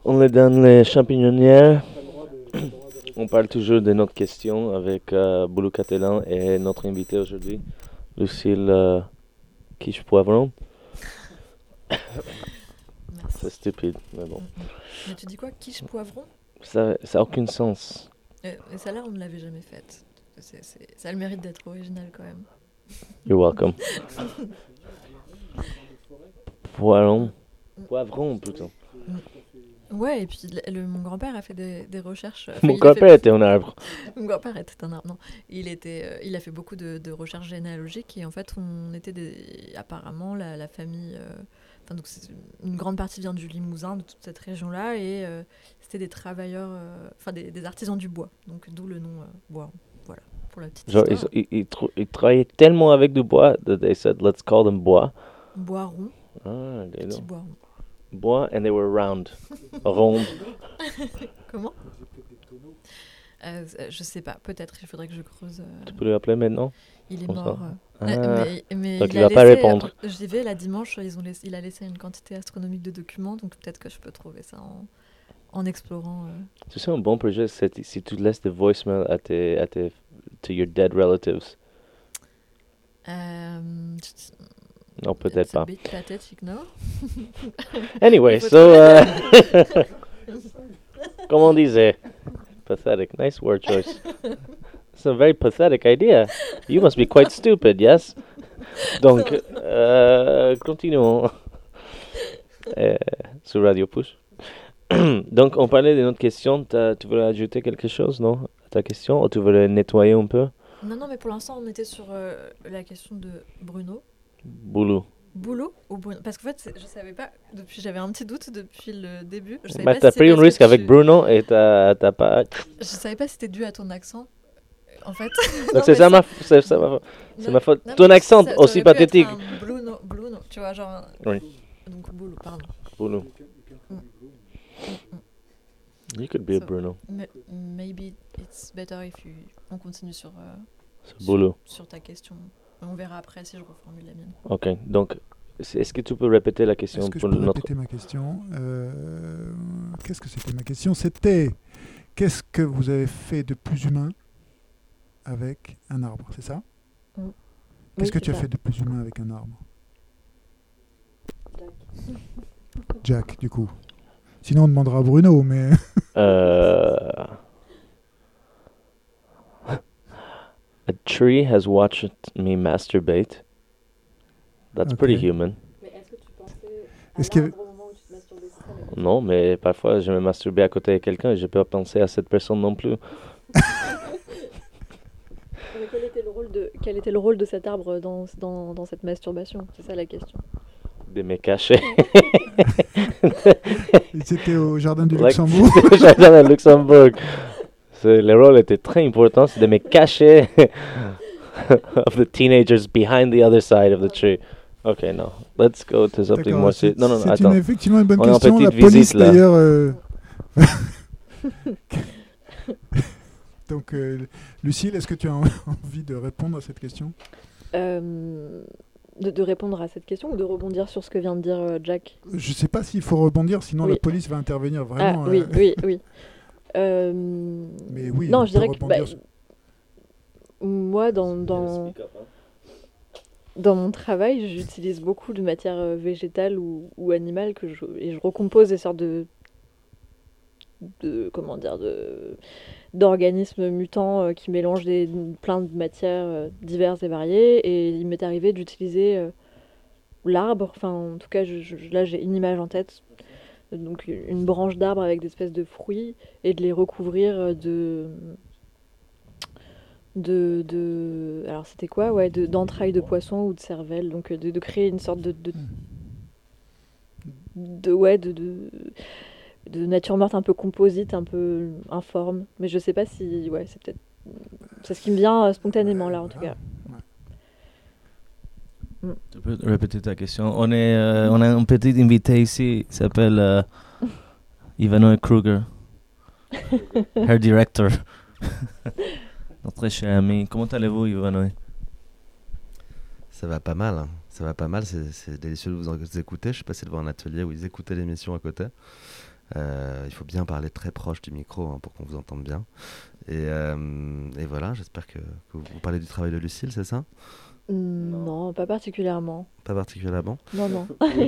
On est dans les champignonnières. On parle toujours de notre question avec euh, Boulou Catalan et notre invité aujourd'hui, Lucille euh, Quiche Poivron. Merci. C'est stupide, mais bon. Mais tu dis quoi, quiche poivron? Ça n'a aucun sens. Euh, Et celle-là, on ne l'avait jamais faite. C'est, c'est- Ça a le mérite d'être original quand même. You're welcome. Poivron. Poivron, plutôt. Ouais, et puis le, le- mon grand-père a fait des, des recherches. enfin, Mon il a grand-père fait- était un arbre. Mon grand-père était un arbre, non. Il, était, euh, il a fait beaucoup de, de recherches généalogiques et en fait, on était des, apparemment la, la famille. euh, Enfin, donc c'est- une grande partie vient du Limousin, de toute cette région-là, et euh, c'était des travailleurs, euh, enfin des, des artisans du bois. Donc d'où le nom euh, Boiron. Voilà, pour la petite Genre, ils, histoire. ils, ils trou- ils travaillaient tellement avec du bois that they said, let's call them bois. Boiron, Ah, they petit know. Boiron. Bois, and they were round. Rondes. Comment euh, Je sais pas, peut-être il faudrait que je creuse. euh, Tu peux le appeler maintenant? Il est Comme ça. mort. euh. Ah. Ouais, mais mais Donc il il a va pas laissé, répondre. euh, J'y vais là dimanche, ils ont laissé, il a laissé une quantité astronomique de documents, donc peut-être que je peux trouver ça en, en explorant. euh. Tu sais, un bon projet, c'est si tu laisses des voicemails à tes, à tes, to your dead relatives. Euh, Non, peut-être it's a pas. bit pathétique, non? Anyway, Il faut so, euh, comme on disait, pathetic. Nice word choice. It's a very pathetic idea. You must be quite stupid, yes? Donc, euh, continuons. Euh, sur Radio Push. Donc, on parlait de notre question. T'as- Tu voulais ajouter quelque chose, non? À ta question? Ou tu voulais nettoyer un peu? Non, non, mais pour l'instant, on était sur euh, la question de Bruno. Boulot. Boulot ou Bruno? Parce qu'en fait, c'est- je savais pas, depuis, j'avais un petit doute depuis le début. Je savais Bah, pas t'as si c'est pris un parce que risque avec tu- Bruno et t'as t'as pas... Je savais pas si c'était dû à ton accent. En fait. Donc Non, c'est mais ça ma, c'est ça ma, c'est non, ma faute. non, Ton mais accent ça- ça aussi aurait pu être pathétique. un Bruno, Bruno, tu vois, genre. un- Oui. Donc Boulot, pardon. Bruno. Mm. You could be a So- Bruno. M- maybe it's better if you... on continue sur, euh, C'est sur, Boulot. sur ta question. On verra après si je reformule la mienne. Ok. Donc, c'est- est-ce que tu peux répéter la question Est-ce que je pour peux notre... répéter ma question? Euh, Qu'est-ce que c'était ma question? C'était qu'est-ce que vous avez fait de plus humain avec un arbre, c'est ça? Mm. Qu'est-ce Oui, que c'est tu as ça. fait de plus humain avec un arbre? Jack, du coup. Sinon, on demandera à Bruno, mais Euh... A tree has watched me masturbate. That's pretty Ok. human. est-ce qu'il y avait- Non, mais parfois je me masturbe à côté de quelqu'un et je peux penser à cette personne non plus. Mais quel était le rôle de, quel était le rôle de cet arbre dans, dans, dans cette masturbation? C'est ça la question. De me cacher. c'était au jardin du Like, Luxembourg? c'était au jardin de Luxembourg. C'est- Le rôle était très important, c'est de me cacher of the teenagers behind the other side of the tree. Ok, non. Let's go to something D'accord, more c'est serious. Non, non, non, c'est attends. une- effectivement une bonne On est en question. La petite police, visite, là. d'ailleurs. euh, Donc, euh, Lucille, est-ce que tu as en- envie de répondre à cette question? Euh, de, de répondre à cette question ou de rebondir sur ce que vient de dire euh, Jack? Je ne sais pas s'il faut rebondir, sinon Oui. la police va intervenir vraiment. Ah oui, euh, oui, oui. Euh, Mais oui, non, on je peut dirais que rebondir bah, sur- moi, dans, dans, dans mon travail, j'utilise beaucoup de matières euh, végétales ou, ou animales que je, et je recompose des sortes de, de comment dire, de d'organismes mutants euh, qui mélangent des, plein de matières euh, diverses et variées. Et il m'est arrivé d'utiliser euh, l'arbre. Enfin, en tout cas, je, je- là, j'ai une image en tête. Donc, une branche d'arbre avec des espèces de fruits et de les recouvrir de de, de alors c'était quoi ouais de d'entrailles de poisson ou de cervelle, donc de, de créer une sorte de de, de ouais de, de de nature morte un peu composite, un peu informe, mais je sais pas si ouais c'est peut-être c'est ce qui me vient euh, spontanément là en tout cas. Tu peux répéter ta question? On, est, euh, on a un petit invité ici, il s'appelle euh, Ivanoy Kruger, Hair Director. Notre très cher ami. Comment allez-vous, Ivanoy? Ça va pas mal, hein. Ça va pas mal, c'est, c'est délicieux de vous en- vous écouter. Je suis passé devant un atelier où ils écoutaient l'émission à côté. Euh, il faut bien parler très proche du micro hein, pour qu'on vous entende bien. Et, euh, et voilà, j'espère que, que vous, vous parlez du travail de Lucille, c'est ça? Mm, non, pas particulièrement. Pas particulièrement. Non, non.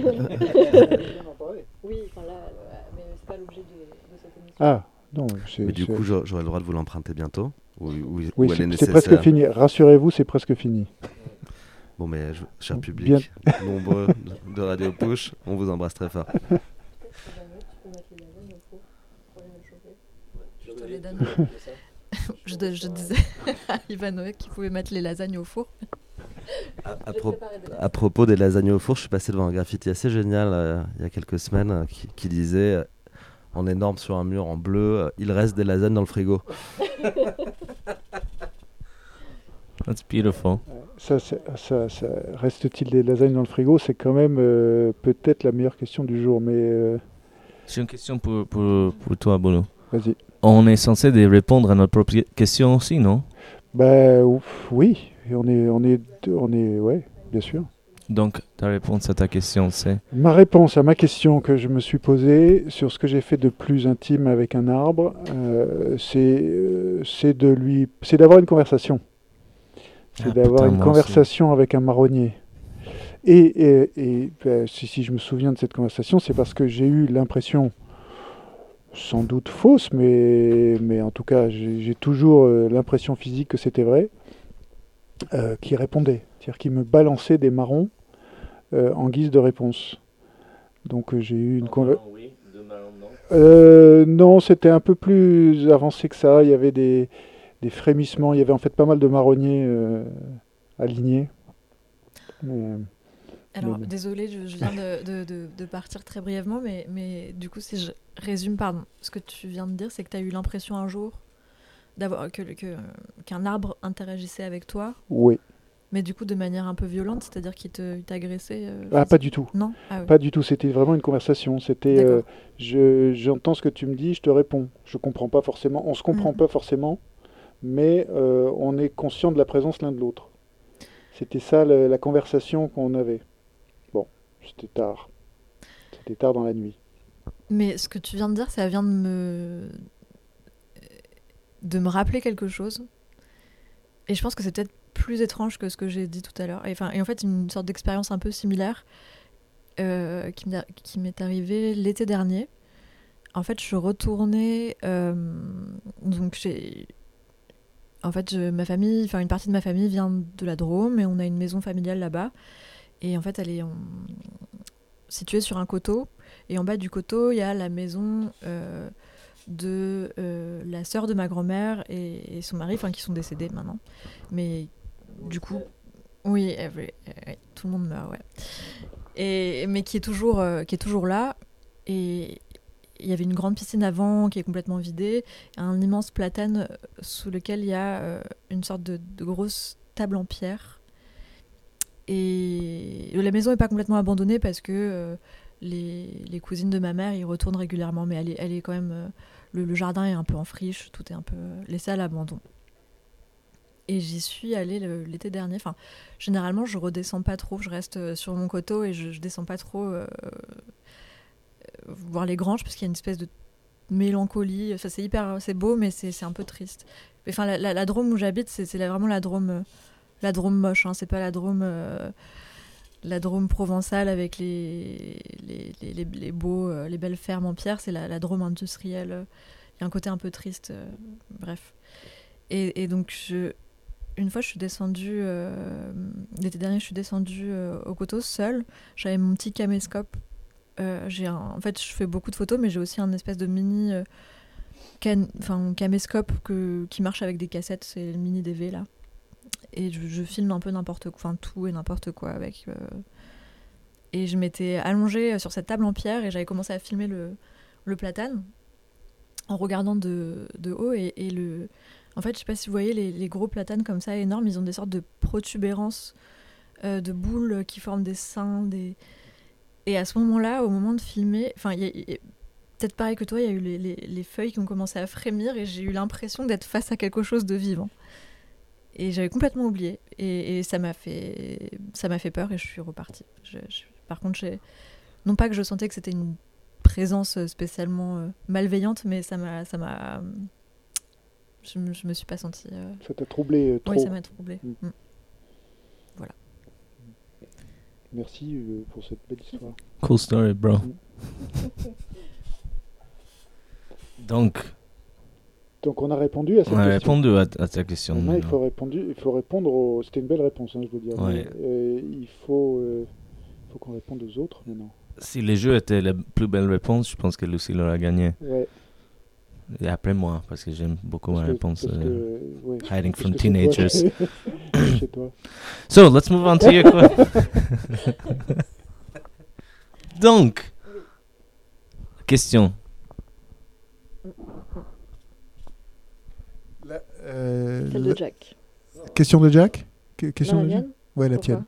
Oui, enfin là, mais c'est pas l'objet de, de cette émission. Ah, non, c'est... Mais du c'est- coup, j'aurai j'aurai le droit de vous l'emprunter bientôt. Ou, ou- oui, ou elle est c'est, c'est nécessaire. presque fini. Rassurez-vous, c'est presque fini. Bon, mais je- cher Bien. public, nombreux de, de Radio Push, on vous embrasse très fort. Je te les donne. je, de- je disais à Ivanovic qu'il pouvait mettre les lasagnes au four. À, à pro- à propos des lasagnes au four, je suis passé devant un graffiti assez génial euh, il y a quelques semaines euh, qui, qui disait euh, en énorme sur un mur en bleu euh, il reste des lasagnes dans le frigo. That's beautiful. Ça, c'est- ça, ça, reste-t-il des lasagnes dans le frigo? C'est quand même euh, peut-être la meilleure question du jour, mais euh, J'ai une question pour, pour, pour toi, Bono. vas-y. On est censé de répondre à notre propre question aussi, non? Bah ouf, oui, et on est, on est, on est, ouais, bien sûr. Donc, ta réponse à ta question, c'est... Ma réponse à ma question que je me suis posée sur ce que j'ai fait de plus intime avec un arbre, euh, c'est, euh, c'est de lui, c'est d'avoir une conversation. C'est Ah, d'avoir putain, une moi aussi. conversation avec un marronnier. Et, et, et, bah, si, si je me souviens de cette conversation, c'est parce que j'ai eu l'impression, sans doute fausse, mais, mais en tout cas, j'ai, j'ai toujours euh, l'impression physique que c'était vrai, euh, qui répondait. C'est-à-dire qu'il me balançait des marrons euh, en guise de réponse. Donc euh, j'ai eu une conversation. oui, deux marrons, non. Euh, non, c'était un peu plus avancé que ça. Il y avait des, des frémissements. Il y avait en fait pas mal de marronniers euh, alignés. Mais, Alors, Mais bon. désolée, je, je viens de, de, de, de partir très brièvement, mais, mais du coup, si je résume, pardon, ce que tu viens de dire, c'est que tu as eu l'impression un jour d'avoir que, que, qu'un arbre interagissait avec toi, oui. mais du coup de manière un peu violente, c'est-à-dire qu'il te, il t'agressait. euh, Ah, pas du tout. Non. Ah oui. Pas du tout. C'était vraiment une conversation. C'était, euh, D'accord. je, j'entends ce que tu me dis, je te réponds. Je comprends pas forcément. On se comprend Mhm. pas forcément, mais euh, on est conscient de la présence l'un de l'autre. C'était ça le- la conversation qu'on avait. Bon, c'était tard. C'était tard dans la nuit. Mais ce que tu viens de dire, ça vient de me de me rappeler quelque chose. Et je pense que c'est peut-être plus étrange que ce que j'ai dit tout à l'heure. Et, enfin, et en fait, une sorte d'expérience un peu similaire euh, qui, m'est, qui m'est arrivée l'été dernier. En fait, je retournais... euh, donc, j'ai... En fait, je- ma famille, enfin une partie de ma famille vient de la Drôme et on a une maison familiale là-bas. Et en fait, elle est en- située sur un coteau. Et en bas du coteau, il y a la maison euh, de euh, la sœur de ma grand-mère et, et son mari, enfin qui sont décédés maintenant. Mais du coup, oui, every- euh, ouais, tout le monde meurt, ouais. Et, mais qui est toujours, euh, qui est toujours là. Et il y avait une grande piscine avant qui est complètement vidée, un immense platane sous lequel il y a euh, une sorte de, de grosse table en pierre. Et la maison n'est pas complètement abandonnée parce que euh, les, les cousines de ma mère y retournent régulièrement, mais elle est, elle est quand même... euh, le, le jardin est un peu en friche, tout est un peu laissé à l'abandon. Et j'y suis allée le- l'été dernier. Enfin, généralement, je redescends pas trop, je reste euh, sur mon coteau et je, je descends pas trop euh, euh, voir les granges parce qu'il y a une espèce de mélancolie. Enfin, c'est hyper, c'est beau, mais c'est, c'est un peu triste. Enfin, la, la, la Drôme où j'habite, c'est, c'est la- vraiment la Drôme, euh, la Drôme moche. Hein, c'est pas la Drôme, euh, la Drôme provençale avec les les, les, les, les beaux, euh, les belles fermes en pierre. C'est la, la Drôme industrielle. Il y a un côté un peu triste. euh, bref. Et, et donc je une fois, je suis descendue, euh, l'été dernier, je suis descendue euh, au coteau seule. J'avais mon petit caméscope. Euh, j'ai un, en fait, je fais beaucoup de photos, mais j'ai aussi un espèce de mini euh, can, enfin, caméscope que, qui marche avec des cassettes. C'est le mini D V, là. Et je, je filme un peu n'importe quoi, enfin tout et n'importe quoi avec. Euh... Et je m'étais allongée sur cette table en pierre et j'avais commencé à filmer le, le platane en regardant de, de haut. Et, et le... En fait, je sais pas si vous voyez les, les gros platanes comme ça énormes, ils ont des sortes de protubérances, euh, de boules qui forment des seins. Des... Et à ce moment-là, au moment de filmer, enfin, il y a, y a- peut-être pareil que toi, il y a eu les, les, les feuilles qui ont commencé à frémir et j'ai eu l'impression d'être face à quelque chose de vivant. Et j'avais complètement oublié. Et, et ça m'a fait, ça m'a fait peur et je suis repartie. Je, je- par contre, j'ai... non pas que je sentais que c'était une présence spécialement euh, malveillante, mais ça m'a, ça m'a, je, me- je me suis pas sentie. euh, Ça t'a troublé euh, trop. Oui, ça m'a troublée. Mm. Mm. Merci euh, pour cette belle histoire. Cool story, bro. Donc, Donc on a répondu à cette on a question. répondu à, à ta question. Maintenant, il faut, répondu, il faut répondre au... C'était une belle réponse, hein, je veux dire. Ouais. Mais, euh, il faut, euh, faut qu'on réponde aux autres maintenant. Si les jeux étaient la plus belle réponse, je pense que Lucie l'aurait gagné. Ouais, Et après moi, parce que j'aime beaucoup ma parce que- réponse. parce euh, que, ouais, hiding parce from que c'est toi teenagers. chez- chez toi. So, let's move on to your question. Donc, question. La- euh, Celle la- de Jack. Question de Jack Que- Question Non, la de Jack mienne. Ouais, la Pourquoi tienne.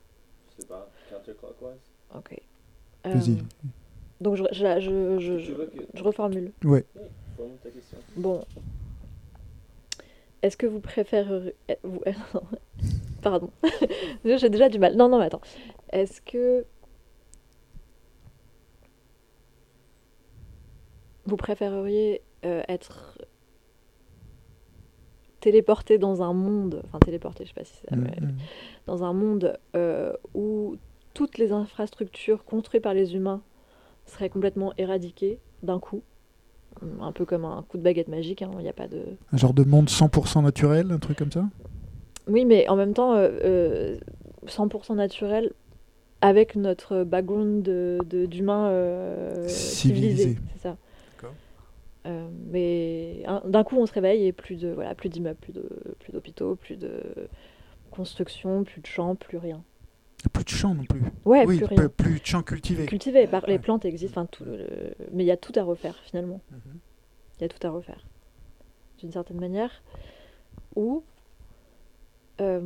Ok. Vas-y. Euh, Donc je, je, la- je, je, je, je reformule. Ouais. Bon. Est-ce que vous préférez... Vous... Pardon. J'ai déjà du mal. Non, non, mais attends. Est-ce que... Vous préféreriez euh, être téléporté dans un monde... Enfin, téléporté, je sais pas si c'est... Mm, mais- mm. Dans un monde euh, où toutes les infrastructures construites par les humains seraient complètement éradiquées d'un coup. Un peu comme un coup de baguette magique, hein, il n'y a pas de... Un genre de monde cent pour cent naturel, un truc comme ça Oui, mais en même temps, euh, euh, cent pour cent naturel, avec notre background de, de- d'humain euh, Civilisé. civilisé, c'est ça. D'accord. Euh, mais un- d'un coup, on se réveille et plus de voilà, plus d'immeubles, plus de plus d'hôpitaux, plus de construction, plus de champs, plus rien. Plus de champs non plus. Ouais, oui, plus peu- rien. plus de champs cultivés. Cultivé, par, les Ouais. plantes existent, enfin tout, le- mais il y a tout à refaire finalement. Mhm. Il y a tout à refaire, d'une certaine manière. Ou euh,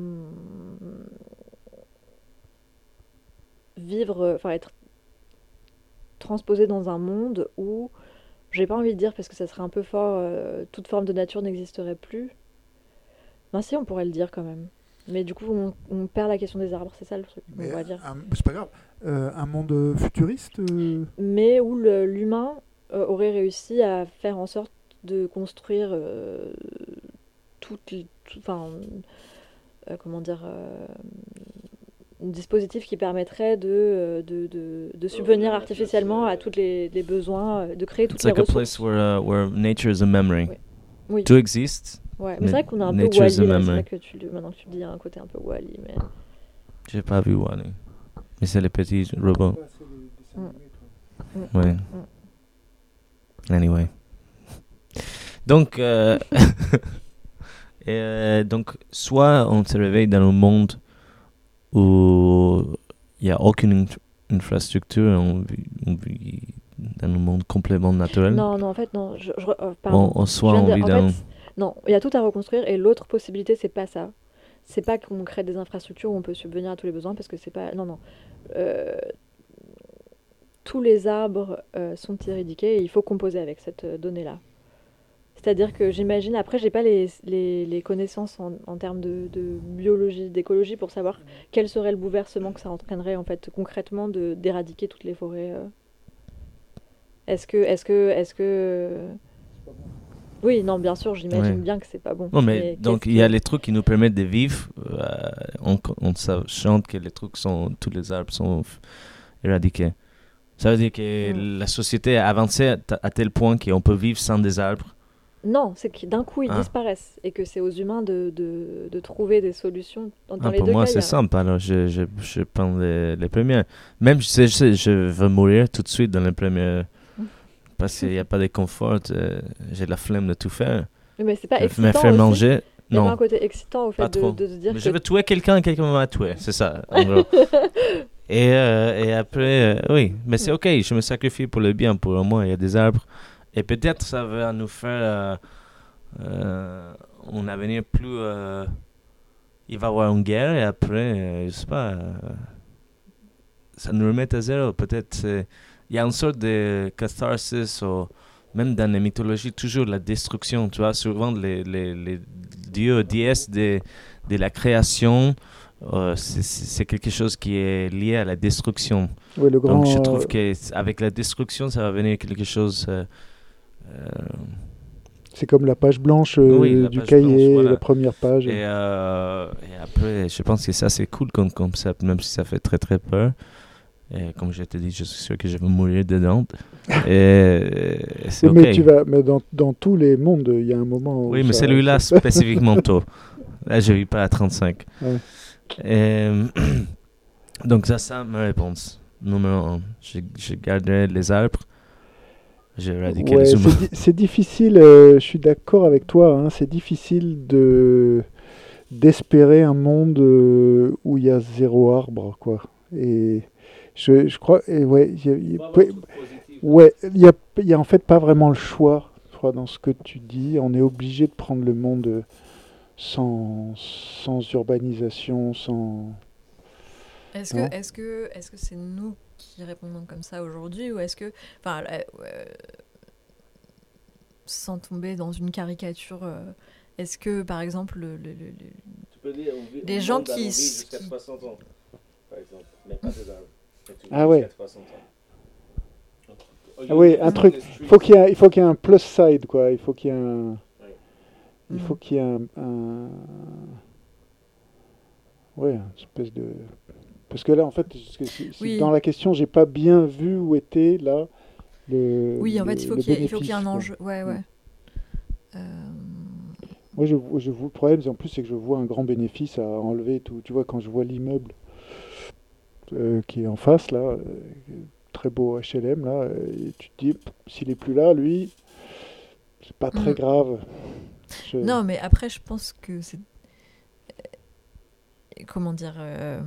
vivre, enfin être transposé dans un monde où, j'ai pas envie de dire parce que ça serait un peu fort, euh, toute forme de nature n'existerait plus. Ben si, on pourrait le dire quand même. Mais du coup, on, on perd la question des arbres, c'est ça le truc, Mais on va dire. un- c'est pas grave. Euh, un monde futuriste euh, Mais où le- l'humain euh, aurait réussi à faire en sorte de construire euh, toutes les- tout- enfin, euh, comment dire, euh, un dispositif qui permettrait de, euh, de, de, de subvenir artificiellement à tous les, les besoins, euh, de créer toutes It's les like a ressources. place where, uh, where nature is a memory. Oui. Oui. To exist. Ouais, mais Mais c'est vrai qu'on a un peu nature is Wall-E, a là, c'est memory. vrai que tu, le- maintenant que tu le dis, il y a un côté un peu Wall-E, mais... J'ai pas vu Wall-E. Mais c'est les petits robots. Mm. Ouais. Anyway. Donc, euh, et, euh, donc, soit on se réveille dans un monde où il n'y a aucune in- infrastructure, on vit, on vit dans un monde complètement naturel. Non, non, en fait, non, je, je, euh, pardon. On, on soit Je viens on de- vit en dans... fait, non, il y a tout à reconstruire et l'autre possibilité, c'est pas ça. C'est pas qu'on crée des infrastructures où on peut subvenir à tous les besoins parce que c'est pas. Non, non. Euh, tous les arbres euh, sont éradiqués et il faut composer avec cette euh, donnée-là. C'est-à-dire que j'imagine, après, j'ai pas les, les, les connaissances en, en termes de, de biologie, d'écologie pour savoir quel serait le bouleversement que ça entraînerait en fait concrètement de d'éradiquer toutes les forêts. euh. Est-ce que, est-ce que, est-ce que oui, non, bien sûr, j'imagine Ouais. bien que c'est pas bon. Non, mais donc qu'est-ce il y a que- les trucs qui nous permettent de vivre. euh, on, on sachant que les trucs sont, tous les arbres sont f- éradiqués. Ça veut dire que Mm. la société a avancé à, t- à tel point qu'on peut vivre sans des arbres. Non, c'est que d'un coup ils Ah. disparaissent et que c'est aux humains de, de, de trouver des solutions. Dans, dans Ah, les pour deux moi, cas, il y c'est a- simple. Alors, je, je, je prends les, les premières. Même si je, sais, je veux mourir tout de suite dans les premières. Parce qu'il n'y a pas de confort. euh, J'ai la flemme de tout faire. Oui, mais c'est pas Je me excitant faire aussi. manger. Il y a pas Non. un côté excitant au Pas fait de, trop. de se dire Mais que je veux tuer quelqu'un et quelqu'un m'a tué. C'est ça, en gros. Et, euh, et après, euh, oui, mais c'est ok, je me sacrifie pour le bien, pour moi, il y a des arbres. Et peut-être ça va nous faire euh, euh, un avenir plus... euh, il va y avoir une guerre et après, euh, je sais pas, euh, ça nous remet à zéro. Peut-être c'est- il y a une sorte de catharsis, ou même dans les mythologies, toujours la destruction, tu vois, souvent les, les, les dieux, déesses de, de la création euh, c'est, c'est quelque chose qui est lié à la destruction. Oui, le grand, Donc je trouve euh, qu'avec la destruction, ça va venir quelque chose... Euh, euh, c'est comme la page blanche euh, Oui, la du page cahier, blanche, voilà. la première page. Et, euh, et après, je pense que ça, c'est cool comme concept, même si ça fait très très peur. Et comme je t'ai dit, je suis sûr que je vais mourir dedans. Et, et c'est Oui, mais ok. tu vas, mais dans, dans tous les mondes, il y a un moment où Oui, mais ça- celui-là ça- spécifiquement tôt. Là, je vis pas à trente-cinq. Ouais. Et, donc ça, c'est ma réponse. Numéro un. Je, je garderai les arbres. J'éradiquerai Ouais, les c'est, humains. di- c'est difficile, euh, je suis d'accord avec toi, hein, c'est difficile de, d'espérer un monde euh, où il y a zéro arbre, quoi. Et je, je crois, et ouais, il y a- il y a- ouais, il y a, il y a en fait pas vraiment le choix, je crois, dans ce que tu dis. On est obligé de prendre le monde euh, sans, sans urbanisation, sans... Est-ce Non. que, est-ce que, est-ce que c'est nous qui répondons comme ça aujourd'hui ou est-ce que, enfin, euh, euh, sans tomber dans une caricature, euh, est-ce que par exemple le, le- le- le- les gens qui, s- qui- soixante ans, par exemple, mais pas des arbres. Ah ouais. Ah oui, un truc. Il faut qu'il y ait, un- il faut qu'il y ait un plus side, quoi. Il faut qu'il y ait un. Il faut Mm. qu'il y ait un. un... Ouais, une espèce de. Parce que là, en fait, parce que si- si Oui. dans la question, j'ai pas bien vu où était là le. oui, en le- fait, il faut le qu'il y ait, il faut qu'il y ait un bénéfice, enjeu. quoi. Ouais, Mm. ouais. Euh, Moi, je, je vois le problème, c'est en plus, c'est que je vois un grand bénéfice à enlever tout. Tu vois, quand je vois l'immeuble euh, qui est en face, là, euh, très beau H L M, là, euh, et tu te dis, pff, s'il est plus là, lui, c'est pas très Mm. grave. Je- Non, mais après, je pense que c'est. euh, Comment dire euh,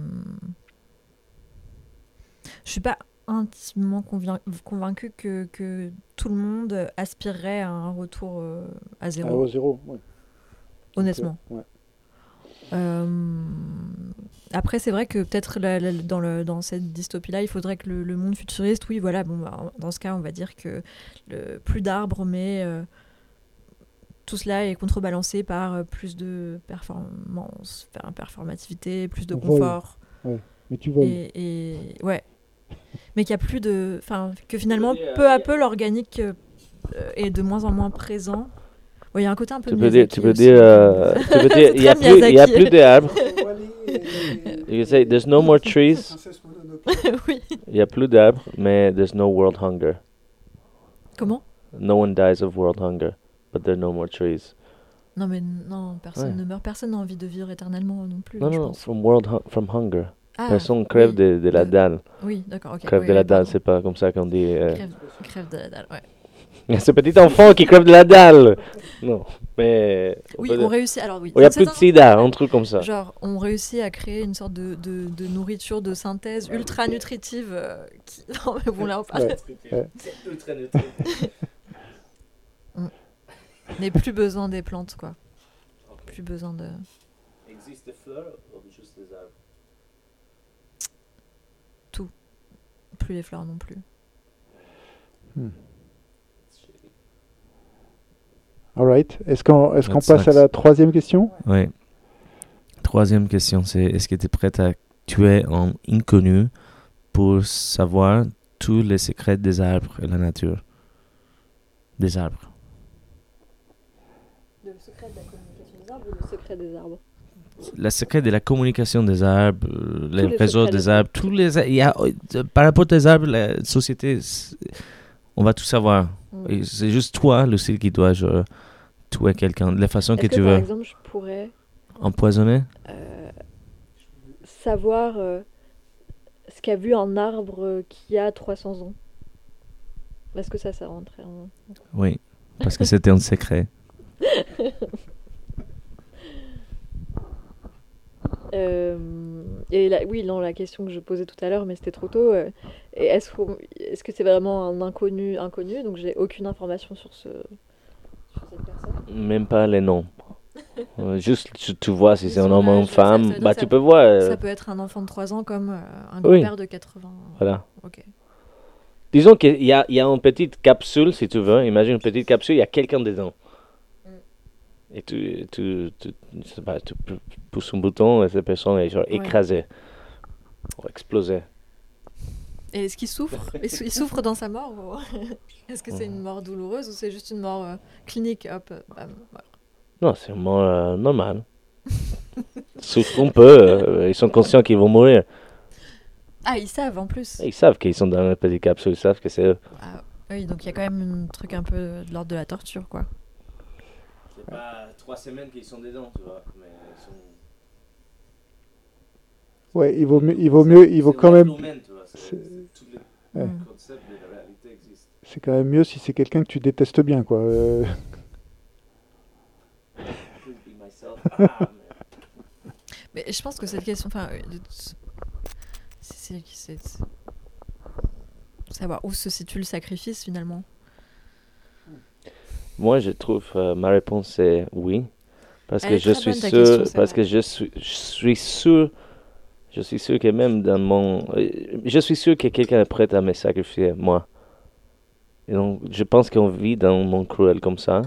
Je suis pas intimement convain- convaincue que, que tout le monde aspirerait à un retour euh, à Ah, zéro, au zéro, ouais. honnêtement. Donc, euh, ouais. Euh, Après, c'est vrai que peut-être la- la- dans, le, dans cette dystopie-là, il faudrait que le, le monde futuriste, oui, voilà, bon, bah, dans ce cas, on va dire que le, plus d'arbres, mais euh, tout cela est contrebalancé par euh, plus de performance, enfin, performativité, plus de On vole. confort. Mais tu voles. Et, et ouais. Mais qu'il y a plus de. Enfin, que finalement, peu à peu, l'organique euh, est de moins en moins présent. Ouais, il y a un côté un peu Tu peux dire, Miyazaki tu peux aussi. dire, euh, tu peux dire, il y a C'est très plus, il y a Miyazaki. plus d'arbres. You can say there's no more trees. Oui. Il y a plus d'arbres, mais there's no world hunger. Comment? No one dies of world hunger, but there are no more trees. Non, mais non, personne Ouais. ne meurt. Personne n'a envie de vivre éternellement non plus. Non, je non, pense. from world hu- from hunger. Ah, Personne crève oui. de, de la De- dalle. Oui, d'accord, ok. Crève oui, de la oui, dalle, pardon. c'est pas comme ça qu'on dit. euh, Crève, crève de la dalle, ouais. Ce petit enfant qui crève de la dalle. Non, mais. Oui, peut on dire- réussit. Alors oui. Il y a c'est plus de un- sida, un truc comme ça. Genre, on réussit à créer une sorte de, de, de nourriture de synthèse ultra nutritive. euh, qui... Non, mais bon, là, on parle. Ouais. Mais plus besoin des plantes, quoi. Plus besoin de. Existe des fleurs ou juste des arbres? Plus les fleurs non plus. All right. Est-ce qu'on, est-ce qu'on That passe à sucks. la troisième question? Oui. Troisième question, c'est est-ce que tu es prête à tuer un inconnu pour savoir tous les secrets des arbres et la nature? Des arbres. Le secret de la communication des arbres ou le secret des arbres? Le secret de la communication des arbres, euh, les les réseaux secrets des des arbres, tous les a- il y a, euh, par rapport aux arbres, la société, c'est- on va tout savoir. Mm. Et c'est juste toi, Lucille, qui dois genre, tuer quelqu'un de la façon Est-ce que que, tu par veux. exemple, je pourrais Empoisonner? euh, savoir euh, ce qu'a vu un arbre euh, qui a trois cents ans? Est-ce que ça, ça rentrait en... Oui, parce que c'était un secret. Euh, et la, oui, non, la question que je posais tout à l'heure, mais c'était trop tôt. euh, et est-ce, qu'on- est-ce que c'est vraiment un inconnu, inconnu, donc j'ai aucune information sur, ce, sur cette personne? Même pas les noms. Euh, Juste, tu, tu vois si Oui, c'est un son homme ou une âge, ça- ça femme. veut dire Bah, ça tu peut- peux voir. euh, Ça peut être un enfant de trois ans comme euh, un Oui. grand-père de quatre-vingts. Voilà. Ok. Disons qu'il y a, il y a une petite capsule, si tu veux. Imagine une petite capsule, il y a quelqu'un dedans. Mm. Et tu, tu, tu, je sais pas, tu pousses un bouton et cette personne est genre Ouais. écrasée ou explosée. Et est-ce qu'il souffre il, sou- il souffre dans sa mort ou... Est-ce que c'est une mort douloureuse ou c'est juste une mort euh, clinique? Hop, euh, bam, voilà. Non, c'est un mort euh, normal. Ils souffrent un peu, euh, ils sont conscients qu'ils vont mourir. Ah, ils savent en plus. Ils savent qu'ils sont dans la petite capsule, ils savent que c'est eux. Ah, oui, donc il y a quand même un truc un peu de l'ordre de la torture, quoi. C'est pas trois semaines qu'ils sont dedans, tu vois. Mais ils sont... Ouais, il vaut mieux, il vaut mieux, il vaut C'est quand life même. moment, tu vois, c'est- c'est- c'est- tous les Ouais. Mm. concepts de la réalité existent. C'est quand même mieux si c'est quelqu'un que tu détestes bien, quoi. Euh, Please be myself. Ah, mais- Mais je pense que cette question, enfin, euh, de- c'est, c'est, c'est- c'est- savoir où se situe le sacrifice finalement. Moi, je trouve, euh, ma réponse c'est oui. Parce Elle que est je très suis bonne, ta sûr, question, c'est parce vrai. que je suis, je suis sûr, je suis sûr que même dans mon, euh, je suis sûr que quelqu'un est prêt à me sacrifier, moi. Et donc, je pense qu'on vit dans un monde cruel comme ça.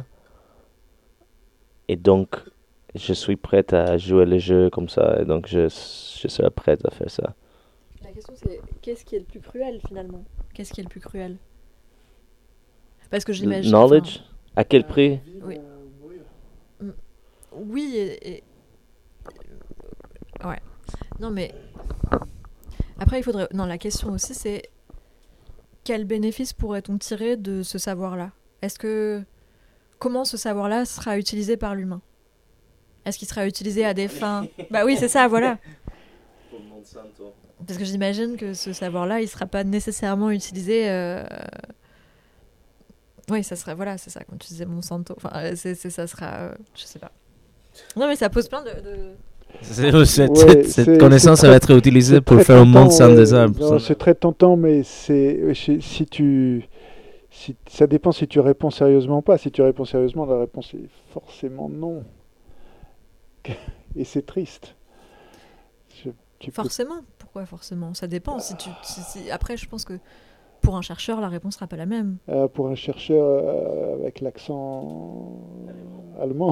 Et donc, je suis prête à jouer le jeu comme ça. Et donc, je, je serai prête à faire ça. La question c'est qu'est-ce qui est le plus cruel finalement? Qu'est-ce qui est le plus cruel? Parce que j'imagine. Knowledge, à quel Euh, prix? Oui. enfin, Oui et, et- ouais. Non mais après il faudrait. Non, la question aussi c'est quel bénéfice pourrait-on tirer de ce savoir-là? Est-ce que comment ce savoir-là sera utilisé par l'humain? Est-ce qu'il sera utilisé à des fins? Bah oui, c'est ça, voilà. Pour Monsanto. Parce que j'imagine que ce savoir-là, il ne sera pas nécessairement utilisé. euh, Oui, ça serait. Voilà, c'est ça, quand tu disais Monsanto. Enfin, euh, c'est, c'est, ça sera. euh, Je sais pas. Non, mais ça pose plein de. de- C'est- Cette, Ouais, cette- c'est- cette connaissance, c'est ça va très- être utilisée c'est pour très faire un monde tentant, sans ouais. des arbres. Non, Ça- c'est très tentant, mais c'est si si tu si, ça dépend si tu réponds sérieusement ou pas. Si tu réponds sérieusement, la réponse est forcément non. Et c'est triste. Je- tu peux- Forcément. Pourquoi forcément? Ça dépend. Si tu, si- si- Après, je pense que pour un chercheur, la réponse sera pas la même. euh, pour un chercheur euh, avec l'accent allemand.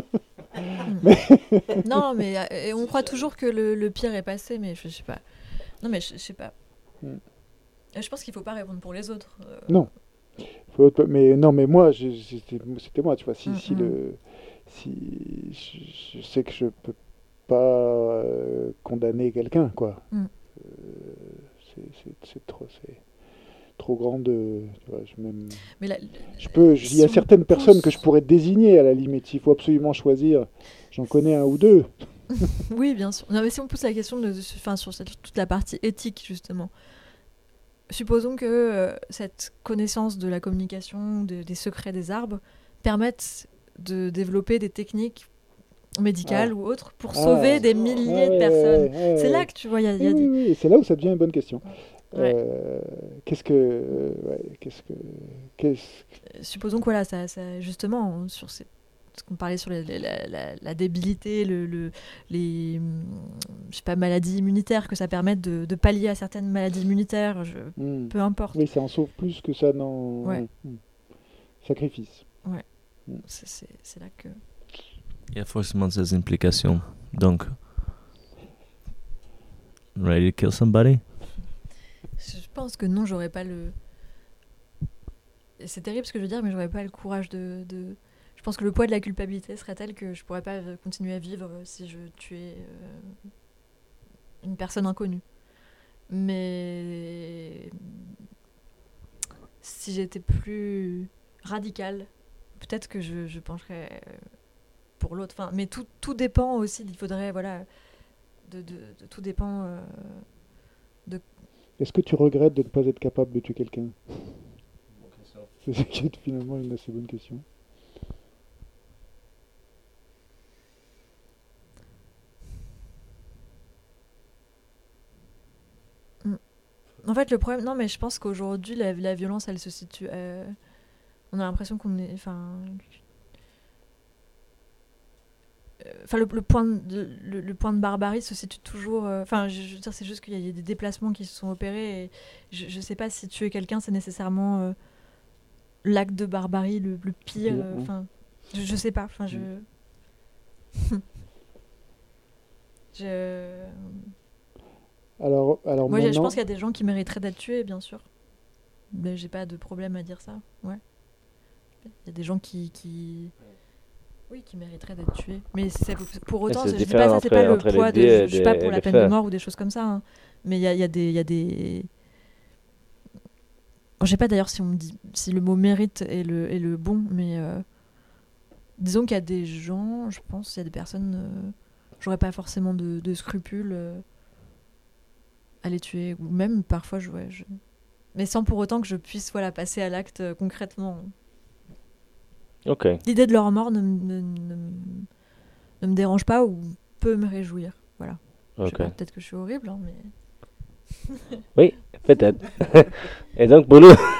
Non, mais euh, et on croit toujours que le, le pire est passé, mais je, je sais pas. Non, mais je, je sais pas. Mm. Euh, Je pense qu'il faut pas répondre pour les autres. euh, Non. Faut autre- mais non, mais moi, je- j'étais- c'était moi, tu vois. Si, Mm, si mm. le, si je, je sais que je peux pas euh, condamner quelqu'un, quoi. Mm. Euh, c'est, c'est- c'est trop, c'est trop grand de, tu vois, je même. Mais la- Je peux, je- il y a si on certaines personnes pousse- que je pourrais désigner à la limite. Il faut absolument choisir. J'en connais un ou deux. Oui, bien sûr. Non, mais si on pousse la question de, enfin, sur cette- toute la partie éthique, justement. Supposons que euh, cette connaissance de la communication, de- des secrets des arbres, permette de développer des techniques médicales Ah. ou autres pour Ah. sauver des milliers Ouais, de ouais, personnes. ouais, ouais, C'est ouais. là que tu vois, il y a, il y a Oui, des- oui, oui, et c'est là où ça devient une bonne question. Ouais. Euh, qu'est-ce que, euh, ouais, qu'est-ce que, qu'est-ce Supposons que voilà, ça, ça, justement, sur ces, ce qu'on parlait sur les- les- la, la- la débilité, le, le- les hum, je sais pas, maladies immunitaires, que ça permette de, de pallier à certaines maladies immunitaires, je- Hmm. peu importe. Oui, ça en sauve plus que ça n'en. Ouais. Hmm. Sacrifice. C'est, c'est- c'est là que. Il y a forcément ces implications. Donc, ready to kill somebody? Je pense que non, j'aurais pas le. Et c'est terrible ce que je veux dire, mais j'aurais pas le courage de, de. Je pense que le poids de la culpabilité serait tel que je pourrais pas euh, continuer à vivre euh, si je tuais euh, une personne inconnue. Mais si j'étais plus radicale, peut-être que je, je pencherais euh, pour l'autre. Enfin, mais tout, tout dépend aussi. Il faudrait, voilà, de, de, de- tout dépend. euh, Est-ce que tu regrettes de ne pas être capable de tuer quelqu'un? C'est ça qui est finalement une assez bonne question. En fait, le problème, non, mais je pense qu'aujourd'hui, la, la violence, elle se situe. euh, on a l'impression qu'on est. Enfin. euh, Enfin, le, le point de, le, le point de barbarie se situe toujours. euh, Enfin, je, je veux dire, c'est juste qu'il y a des déplacements qui se sont opérés. Et je, je sais pas si tuer quelqu'un, c'est nécessairement euh, l'acte de barbarie le, le pire. euh, Mhm. Enfin, je, je sais pas. Enfin, je. je... Alors, alors Moi, je maintenant, pense qu'il y a des gens qui mériteraient d'être tués, bien sûr. Mais j'ai pas de problème à dire ça. Ouais. Il y a des gens qui, qui... oui, qui mériteraient d'être tués. Mais c'est, pour autant, c'est je dis pas ça, c'est différent pas le entre- entre poids les de, dits je, et je suis pas des- pour et la les peine de faits. mort ou des choses comme ça. Hein. Mais il y a, il y a des, il y a des. Je sais pas d'ailleurs si on me dit, si le mot mérite est le, est le bon, mais euh, disons qu'il y a des gens, je pense, il y a des personnes, euh, j'aurais pas forcément de, de scrupules euh, à les tuer, ou même parfois, je, ouais, je... mais sans pour autant que je puisse voilà, passer à l'acte euh, concrètement. Ok. L'idée de leur mort ne, m- ne, ne m- ne me dérange pas ou peut me réjouir. Voilà. Je sais Ok. pas, peut-être que je suis horrible, hein, mais. Oui, peut-être. Et donc, Boulou,